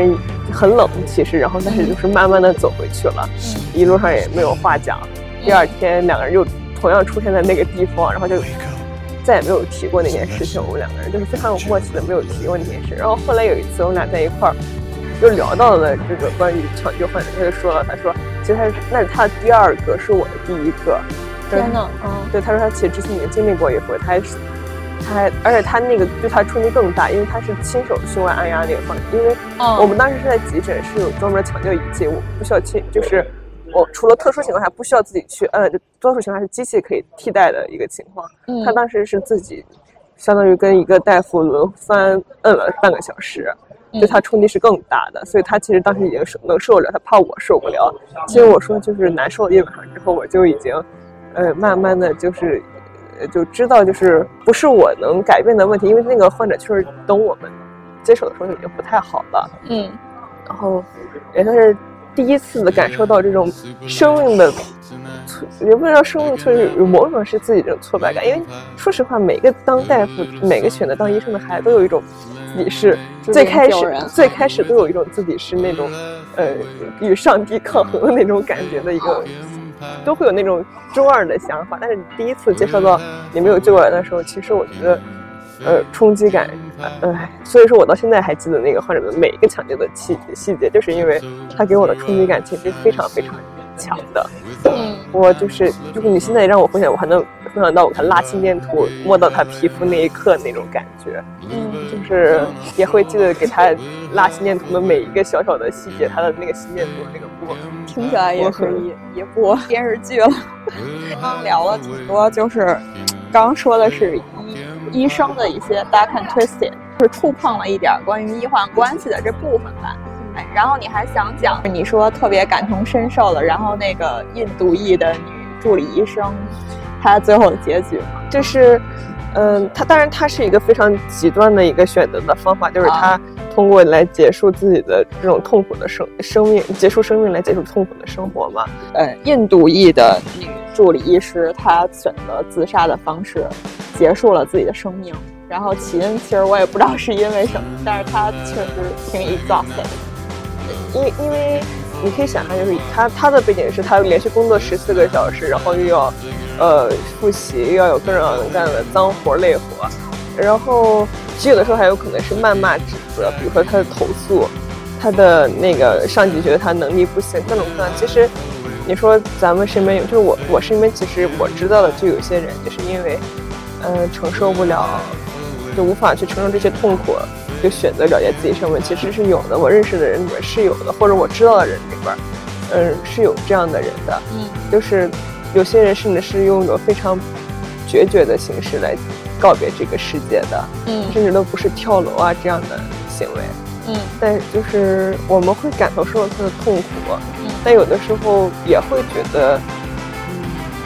很冷其实，然后但是就是慢慢的走回去了，嗯、一路上也没有话讲。第二天两个人又同样出现在那个地方，然后就再也没有提过那件事情。我们两个人就是非常有默契的没有提过那件事。然后后来有一次我们俩在一块儿又聊到了这个关于抢救患者，他就说了，他说其实他是那是他的第二个，是我的第一个。 天哪！ 嗯，对，他说他其实之前已经经历过一回，他还是他还而且他那个对他冲击更大，因为他是亲手胸外按压那个患者，因为我们当时是在急诊，是有专门的抢救仪器，我不需要亲，就是我除了特殊情况下不需要自己去摁，就多数情况下是机器可以替代的一个情况。嗯，他当时是自己相当于跟一个大夫轮番摁了半个小时。对他冲击是更大的，所以他其实当时已经能受了，他怕我受不了。其实我说就是难受了一晚上之后，我就已经，呃，慢慢的就是，呃，就知道就是不是我能改变的问题，因为那个患者确实等我们接手的时候就已经不太好了。嗯，然后也算是第一次的感受到这种生命的，也不知道生命确实有某种是自己这种挫败感，因为说实话，每个当大夫，每个选择当医生的孩子都有一种。自己是最开始最开始都有一种自己是那种呃与上帝抗衡的那种感觉的一个，都会有那种中二的想法。但是你第一次接受到你没有救过来的时候，其实我觉得呃冲击感呃所以说我到现在还记得那个患者的每一个抢救的细细节，就是因为他给我的冲击感其实非常非常强的。嗯，我就是就是你现在让我回想，我还能回想到我看拉心电图摸到他皮肤那一刻那种感觉。嗯，就是也会记得给他拉心电图的每一个小小的细节，他的那个心电图那个波， 听起来也是一一部电视剧了。刚聊了挺多，就是刚刚说的是医医生的一些 dark and twisted， 就是触碰了一点关于医患关系的这部分吧。然后你还想讲你说特别感同身受的，然后那个印度裔的女助理医生她最后的结局嘛， 就是嗯，他当然他是一个非常极端的一个选择的方法，就是他通过来结束自己的这种痛苦的生生命，结束生命来结束痛苦的生活嘛。 呃，印度裔的女助理医师她选择自杀的方式结束了自己的生命，然后起因其实我也不知道是因为什么，但是她确实挺 exhausted。 因为因为你可以想象，就是他他的背景是他连续工作十四个小时，然后又要呃复习，又要有各种各样的脏活累活，然后其实有的时候还有可能是谩骂指责，比如说他的投诉，他的那个上级觉得他能力不行，各种各样。其实你说咱们身边有，就是我我身边其实我知道的就有些人就是因为呃承受不了，就无法去承受这些痛苦，就选择了结自己生命，其实是有的。我认识的人里面是有的，或者我知道的人里边，嗯，是有这样的人的。嗯，就是有些人甚至是用一种非常决绝的形式来告别这个世界的。嗯，甚至都不是跳楼啊这样的行为。嗯，但就是我们会感同身受他的痛苦，嗯，但有的时候也会觉得，嗯，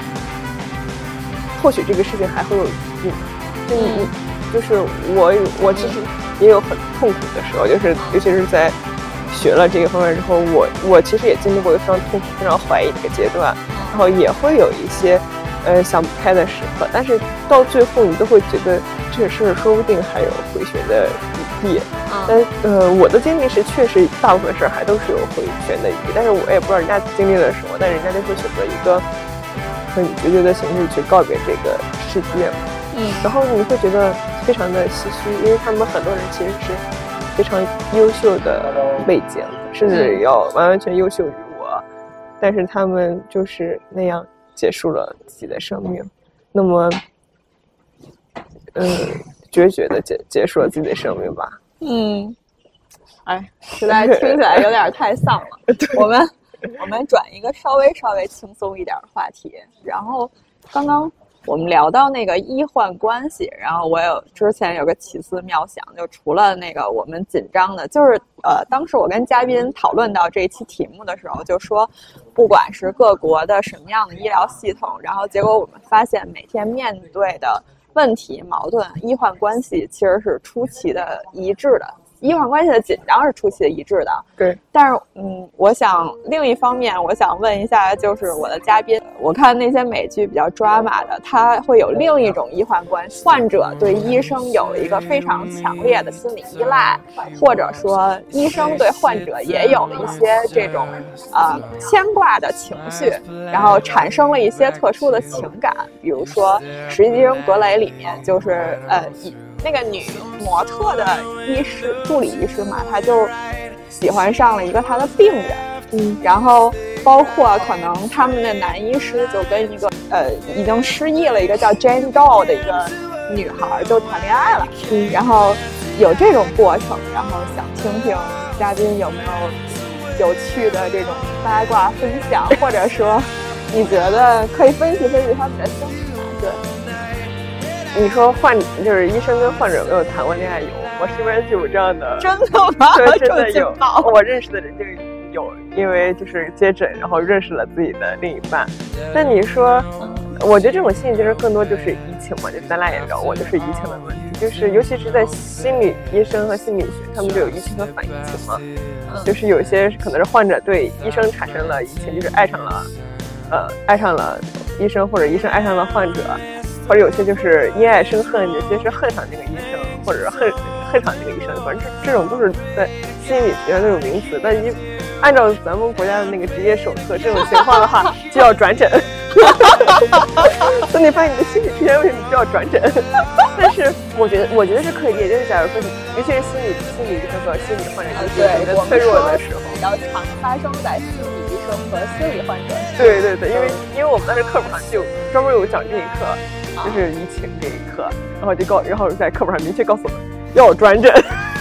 或许这个事情还会有，嗯，就你。嗯就是我，我其实也有很痛苦的时候，就是尤其是在学了这个方面之后，我我其实也经历过一个非常痛苦、非常怀疑的一个阶段，然后也会有一些呃想不开的时刻，但是到最后你都会觉得这事儿说不定还有回旋的余地。但呃，我的经历是确实大部分事儿还都是有回旋的余地，但是我也不知道人家经历了什么，但人家就会选择一个很决绝的形式去告别这个世界。嗯，然后你会觉得非常的唏嘘，因为他们很多人其实是非常优秀的背景，甚至要完完全优秀于我，但是他们就是那样结束了自己的生命，那么，嗯，决绝的结结束了自己的生命吧。嗯， 哎，实在听起来有点太丧了。我们我们转一个稍微稍微轻松一点的话题，然后刚刚。我们聊到那个医患关系，然后我有之前有个奇思妙想，就除了那个我们紧张的，就是呃，当时我跟嘉宾讨论到这一期题目的时候，就说不管是各国的什么样的医疗系统，然后结果我们发现每天面对的问题、矛盾、医患关系其实是出奇的一致的。 医患关系的紧张是出奇的一致的。 对， 但是嗯，我想另一方面，我想问一下，就是我的嘉宾，我看那些美剧比较 drama 的，它会有另一种医患关系，患者对医生有一个非常强烈的心理依赖，或者说医生对患者也有了一些这种呃牵挂的情绪，然后产生了一些特殊的情感，比如说《实习生格雷》里面就是呃以那个女模特的医师助理医师嘛，她就喜欢上了一个她的病人，嗯，然后包括可能他们的男医师就跟一个呃已经失忆了一个叫 Jane Doe 的一个女孩就谈恋爱了，嗯，然后有这种过程，然后想听听嘉宾有没有有趣的这种八卦分享，或者说你觉得可以分析分析他们的心理吗？对。 你说患就是医生跟患者没有谈过恋爱有，我身边就有这样的， 真的吗？ 对，真的有。我认识的人就有，因为就是接诊，然后认识了自己的另一半。那你说，我觉得这种心理其实更多就是移情嘛，就咱俩也聊过，就是移情的问题，就是尤其是在心理医生和心理学，他们就有移情和反移情嘛。就是有些可能是患者对医生产生了移情，就是爱上了，呃，爱上了医生，或者医生爱上了患者。或者有些就是因爱生恨，有些是恨上那个医生，或者是恨恨上那个医生，反正这这种都是在心理学上都有名词。但一按照咱们国家的那个职业手册，这种情况的话就要转诊。那你发现你的心理出现问题，你就要转诊。但是我觉得，我觉得是可以理解，就是假如说你，尤其是心理心理医生和心理患者之间的脆弱的时候， 比较常发生在心理医生和心理患者。 对对对，因为因为我们当时课本上就有专门有讲这一课。就是移情这一课，然后就告，然后在课本上明确告诉我们要转诊。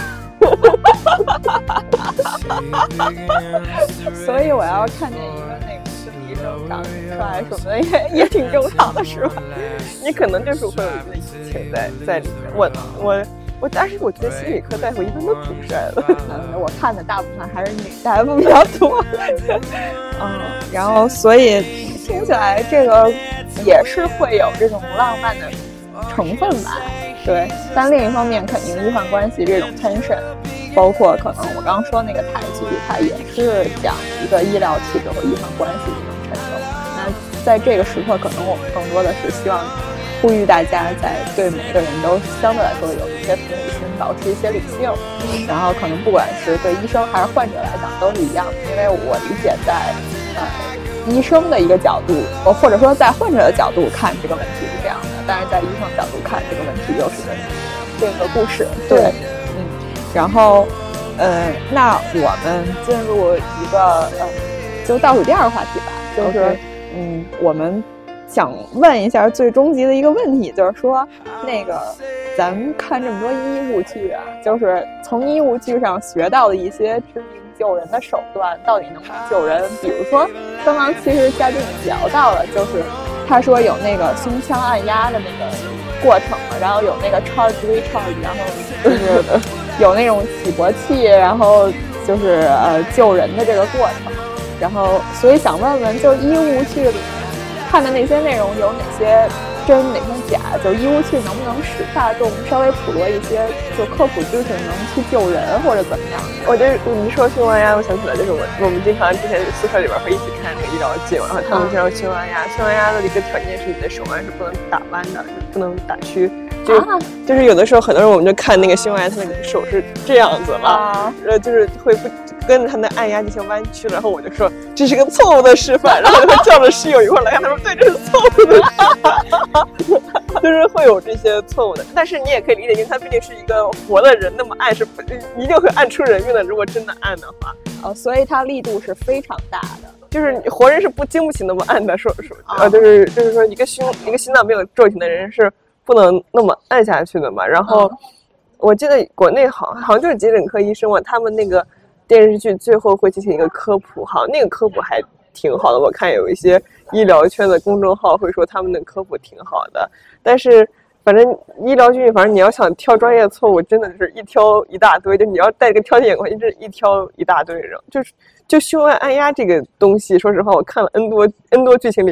所以我要看见一个那个心理医生长得帅什么的，也也挺正常的，是吧？ 你可能就是会有一个移情在在里面。我我我，但是我觉得心理科大夫一般都挺帅的。 嗯，我看的大部分还是女大夫比较多。嗯，然后所以听起来这个也是会有这种浪漫的成分吧，对。但另一方面，肯定医患关系这种 tension， 包括可能我刚刚说那个台剧，它也是讲一个医疗体制和医患关系这种 tension。那在这个时刻，可能我们更多的是希望呼吁大家在对每个人都相对来说有一些同理心，保持一些理性。然后可能不管是对医生还是患者来讲都是一样的，因为我理解在呃。医生的一个角度，或者说在患者的角度看这个问题是这样的，但是在医生角度看这个问题又是这个故事。对，嗯，然后，呃，那我们进入一个呃，就倒数第二个话题吧，就是， okay. 嗯，我们想问一下最终极的一个问题，就是说，那个咱们看这么多医务剧啊，就是从医务剧上学到的一些知名救人的手段到底能不能救人？比如说，刚刚其实嘉宾也聊到了，就是他说有那个胸腔按压的那个过程嘛，然后有那个 charge recharge， 然后就是有那种起搏器，然后就是呃救人的这个过程。然后，所以想问问，就医务剧里面看的那些内容有哪些真哪些假？就医务剧能不能使大众稍微普罗一些，就科普知识能去救人或者怎么样？ 我觉得你说胸按压，我想起来就是我我们经常之前宿舍里边会一起看那个医疗剧，然后他们经常胸按压，胸按压的一个条件是你的手腕是不能打弯的，不能打曲。就、啊、就是有的时候很多人我们就看那个胸按压，他那个手是这样子嘛，啊、呃，就是会不跟着他的按压进行弯曲，然后我就说这是个错误的示范，然后他叫着室友一块来看，他说对，这是错误的示范，就是会有这些错误的。但是你也可以理解，因为他毕竟是一个活的人，那么按是一定会按出人命的。如果真的按的话， 哦，所以它力度是非常大的。 就是活人是不经不起那么按的，说说呃，就是就是说一个胸一个心脏没有骤停的人是不能那么按下去的嘛。然后、嗯、我记得国内好好像就是急诊科医生嘛，他们那个电视剧最后会进行一个科普，好像那个科普还挺好的。我看有一些医疗圈的公众号会说他们的科普挺好的，但是反正医疗剧，反正你要想挑专业错误，真的是一挑一大堆，就你要带个挑剔眼光，一直一挑一大堆人。就是就胸按按压这个东西，说实话，我看了 N 多 N 多剧情里边，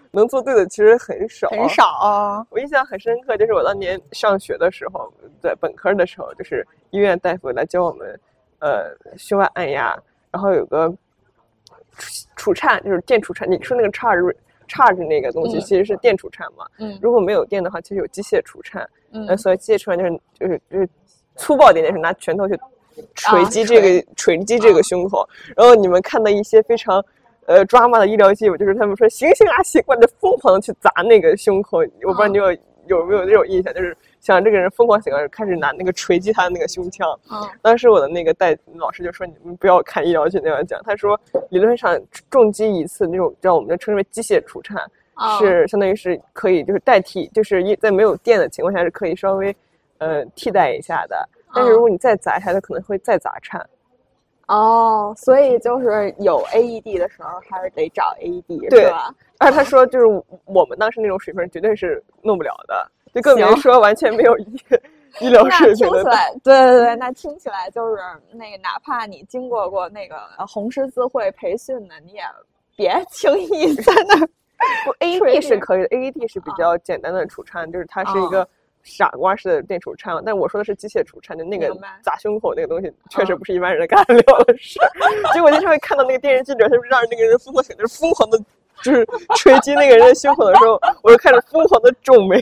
能做对的其实很少很少啊。 我印象很深刻，就是我当年上学的时候，在本科的时候，就是医院大夫来教我们，呃，胸外按压，然后有个除颤，就是电除颤。你说那个 charge charge 那个东西其实是电除颤嘛？嗯，如果没有电的话，其实有机械除颤。嗯，呃、所以机械除颤就是就是就是粗暴点点是拿拳头去锤击这个、啊、锤击这个胸口，然后你们看到一些非常。呃，抓马的医疗记录就是他们说醒醒啊醒，或者疯狂的去砸那个胸口。我不知道你有有没有这种印象，就是想这个人疯狂醒了，开始拿那个锤击他的那个胸腔。嗯，当时我的那个带老师就说你们不要看医疗剧那样讲，他说理论上重击一次那种叫我们称为机械除颤，哦、是相当于是可以就是代替，就是在没有电的情况下是可以稍微呃替代一下的。但是如果你再砸一下，它可能会再砸颤。 哦，所以就是有 A E D 的时候还是得找 A E D 是吧？ 而他说就是我们当时那种水平绝对是弄不了的，就更别说完全没有医医疗水平的。 那听起来，对对对，那听起来就是那个，哪怕你经过过那个红十字会培训的，你也别轻易在那儿。 A E D 是可以的 ，A E D 是比较简单的除颤，就是它是一个。傻瓜式的电除颤，但我说的是机械除颤，就那个砸胸口那个东西，确实不是一般人干得了的事。结果经常会看到那个电视记者，他让那个人疯狂醒，就是疯狂的，就是锤击那个人的胸口的时候，我就开始疯狂的皱眉。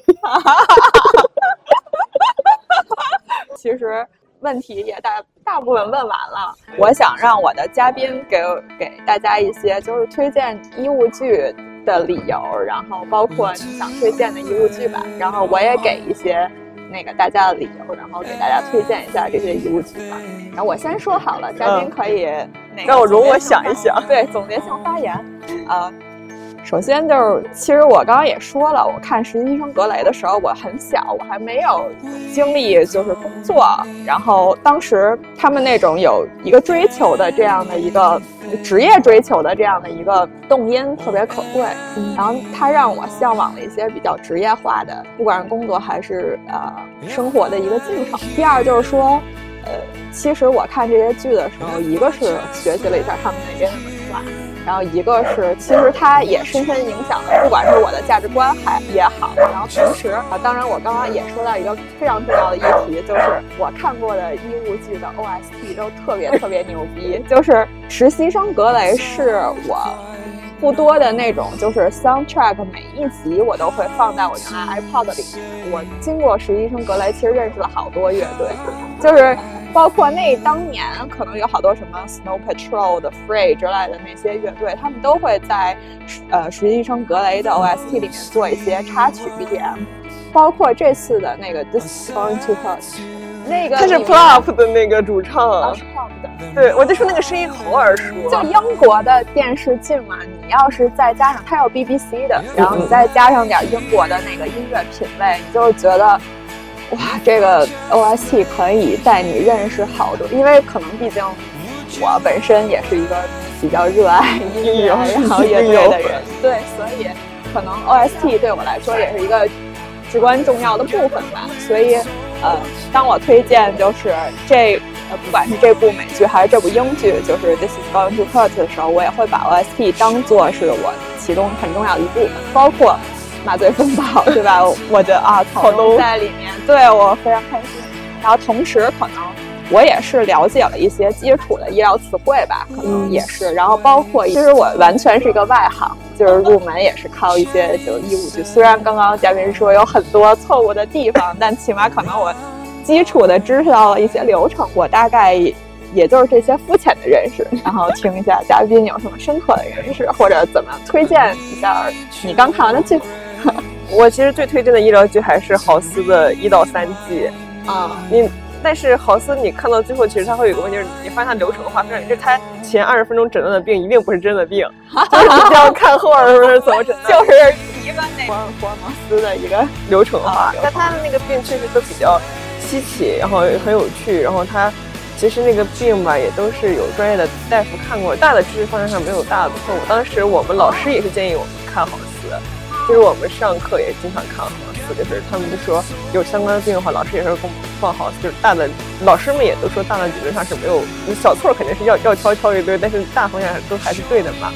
其实问题也大大部分问完了，我想让我的嘉宾给给大家一些就是推荐医务剧的理由，然后包括你想推荐的医务剧吧，然后我也给一些那个大家的理由，然后给大家推荐一下这些医务剧吧。然后我先说好了，嘉宾可以、嗯、那个让我容我想一想， 对，总结性发言。呃，首先就是，其实我刚刚也说了，我看《实习医生格雷》的时候我很小，我还没有经历就是工作，然后当时他们那种有一个追求的这样的一个职业追求的这样的一个动因特别可贵，嗯、然后它让我向往了一些比较职业化的，不管是工作还是呃生活的一个进程。第二就是说，呃，其实我看这些剧的时候，一个是学习了一下他们那边的文化。然后一个是，其实它也深深影响了，不管是我的价值观还也好。然后同时啊，当然我刚刚也说到一个非常重要的议题，就是我看过的医务剧的 O S T 都特别特别牛逼。就是《实习生格雷》是我不多的那种，就是 soundtrack 每一集我都会放在我原来 iPod 里面。我经过《实习生格雷》，其实认识了好多乐队，就是。包括那当年可能有好多什么 Snow Patrol 的 Free 之类的那些乐队，他们都会在呃实习生格雷的 O S T 里面做一些插曲 B G M， 包括这次的那个 This Is Going to Hurt， 那个他是 Plop 的那个主唱啊， 是 Plop 的， 对，我就说那个声音好耳熟。 就英国的电视剧嘛，你要是再加上它有 B B C 的，然后你再加上点英国的那个音乐品味，你就觉得。哇，这个 O S T 可以带你认识好多，因为可能毕竟我本身也是一个比较热爱音乐然后乐队的人，对，所以可能 O S T 对我来说也是一个至关重要的部分吧。所以，呃，当我推荐就是这呃，不管是这部美剧还是这部英剧，就是 This Is Going to Hurt 的时候，我也会把 O S T 当做是我其中很重要的一部分，包括。麻醉风暴，对吧？我的啊，草东在里面，对我非常开心。然后同时，可能我也是了解了一些基础的医疗词汇吧，可能也是。然后包括，其实我完全是一个外行，就是入门也是靠一些就医务剧。虽然刚刚嘉宾说有很多错误的地方，但起码可能我基础的知道了一些流程，我大概也就是这些肤浅的认识。然后听一下嘉宾有什么深刻的认识，或者怎么推荐一下你刚看完的剧。 我其实最推荐的医疗剧还是豪斯的一到三季啊、嗯，你但是豪斯你看到最后，其实它会有个问题，就是你发现它流程化非常，就是它前二十分钟诊断的病一定不是真的病，就是你这样看后二十分钟怎么诊断， 就是一个那个福尔摩斯的一个流程化，但它的那个病确实都比较稀奇，然后很有趣，然后它其实那个病吧也都是有专业的大夫看过，大的知识方向上没有大的错误。当时我们老师也是建议我们看豪斯。就是我们上课也经常看豪斯，就是他们就说有相关的病的话，老师也是给我们放豪斯。就是大的，老师们也都说大的理论上是没有，小错肯定是要要挑挑一堆，但是大方向都还是对的嘛。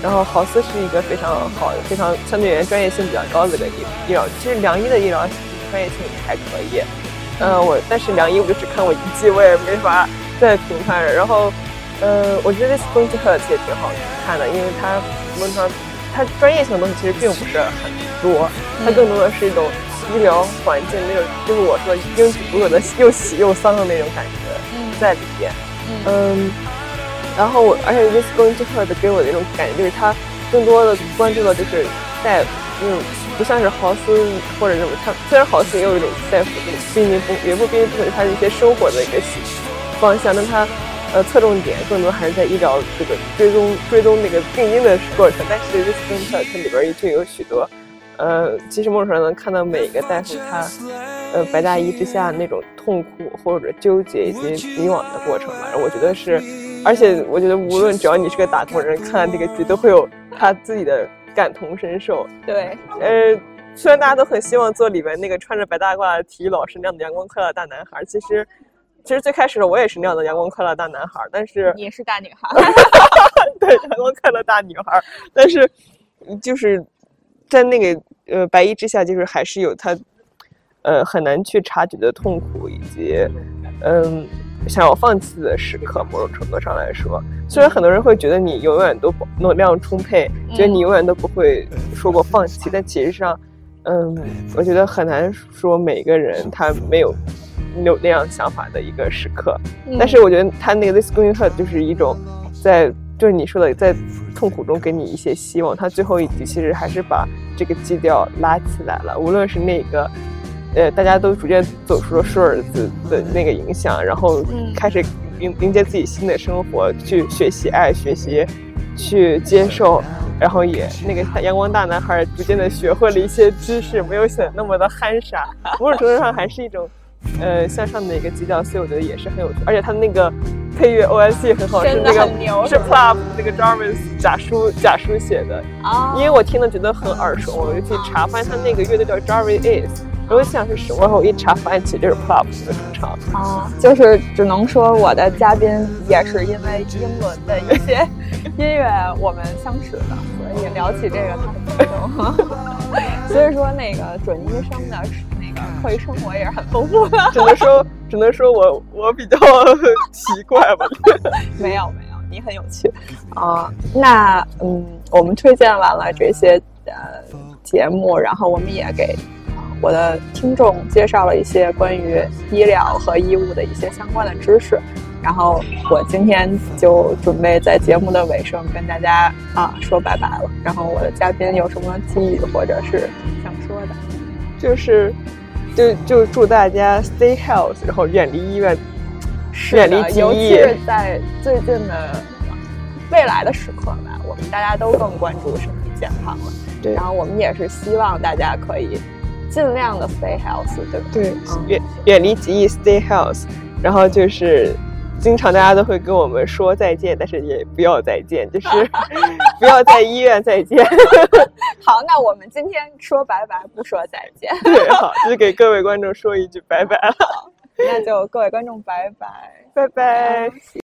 然后豪斯是一个非常好的、非常相对而言专业性比较高的一个医医疗，其实良医的医疗专业性还可以。呃，我但是良医我就只看过一季，我也没法再评判。然后，呃，我觉得《This Going to Hurt》也挺好看的，因为它什么上它专业性的东西其实并不是很多，它更多的是一种医疗环境那种，就是我说应举不可的又喜又丧的那种感觉在里边。嗯，然后我而且《This Going to Hurt》给我的一种感觉就是它更多的关注的就是大夫那种。不像是豪斯或者什么，他虽然豪斯也有一种大夫的濒临崩，也不濒临崩溃，它是一些生活的一个方向，但它呃侧重点更多还是在医疗这个追踪追踪那个病因的过程。但是《This Going to Hurt》里边就有许多，呃，其实某种程度上能看到每个大夫他呃白大衣之下那种痛苦或者纠结以及迷惘的过程吧。我觉得是，而且我觉得无论只要你是个打工人，看这个剧都会有他自己的感同身受。 对， 呃，虽然大家都很希望做里面那个穿着白大褂的体育老师那样的阳光快乐大男孩，其实，其实最开始我也是那样的阳光快乐大男孩，但是你是大女孩， 对，阳光快乐大女孩，但是就是在那个呃白衣之下，就是还是有他呃很难去察觉的痛苦以及嗯。想要放弃的时刻，某种程度上来说，虽然很多人会觉得你永远都能量充沛，觉得你永远都不会说过放弃，但其实上，嗯，我觉得很难说每个人他没有有那样想法的一个时刻。嗯、但是我觉得他那个 This Going to Hurt 就是一种在就是你说的在痛苦中给你一些希望，他最后一集其实还是把这个基调拉起来了，无论是那个。呃，大家都逐渐走出了舒尔兹的那个影响，然后开始迎迎接自己新的生活，去学习爱，学习去接受，然后也那个阳光大男孩逐渐的学会了一些知识，没有显得那么的憨傻，某种程度上还是一种呃向上的一个基调，所以我觉得也是很有趣，而且他那个配乐 O S T 很好，是那个是 Plop 那个 Jarvis 假书假书写的啊，因为我听了觉得很耳熟，我就去查，发现他那个乐队叫 Jarvis Is。我想是什么？然后我一查，发现其实就是 Plop 的主唱啊，就是只能说我的嘉宾也是因为英伦的一些音乐我们相识的，所以聊起这个他很激动。所以说那个准医生的那个课余生活也是很丰富的。 只能说，只能说我我比较奇怪吧。 没有没有，你很有趣啊。那嗯，我们推荐完了这些呃节目，然后我们也给。我的听众介绍了一些关于医疗和医务的一些相关的知识，然后我今天就准备在节目的尾声跟大家啊说拜拜了。然后我的嘉宾有什么寄语或者是想说的？ 就是就就祝大家 stay health， 然后远离医院，远离疾疫。 尤其是在最近的未来的时刻吧，我们大家都更关注身体健康了。 对， 然后我们也是希望大家可以。尽量的 stay health， 对不对？ 对，嗯、远远离疾疫 stay health， 然后就是经常大家都会跟我们说再见，但是也不要再见，就是不要在医院再见。 好，那我们今天说拜拜，不说再见。 对，好，就是给各位观众说一句拜拜了。 那就各位观众拜拜， 拜拜。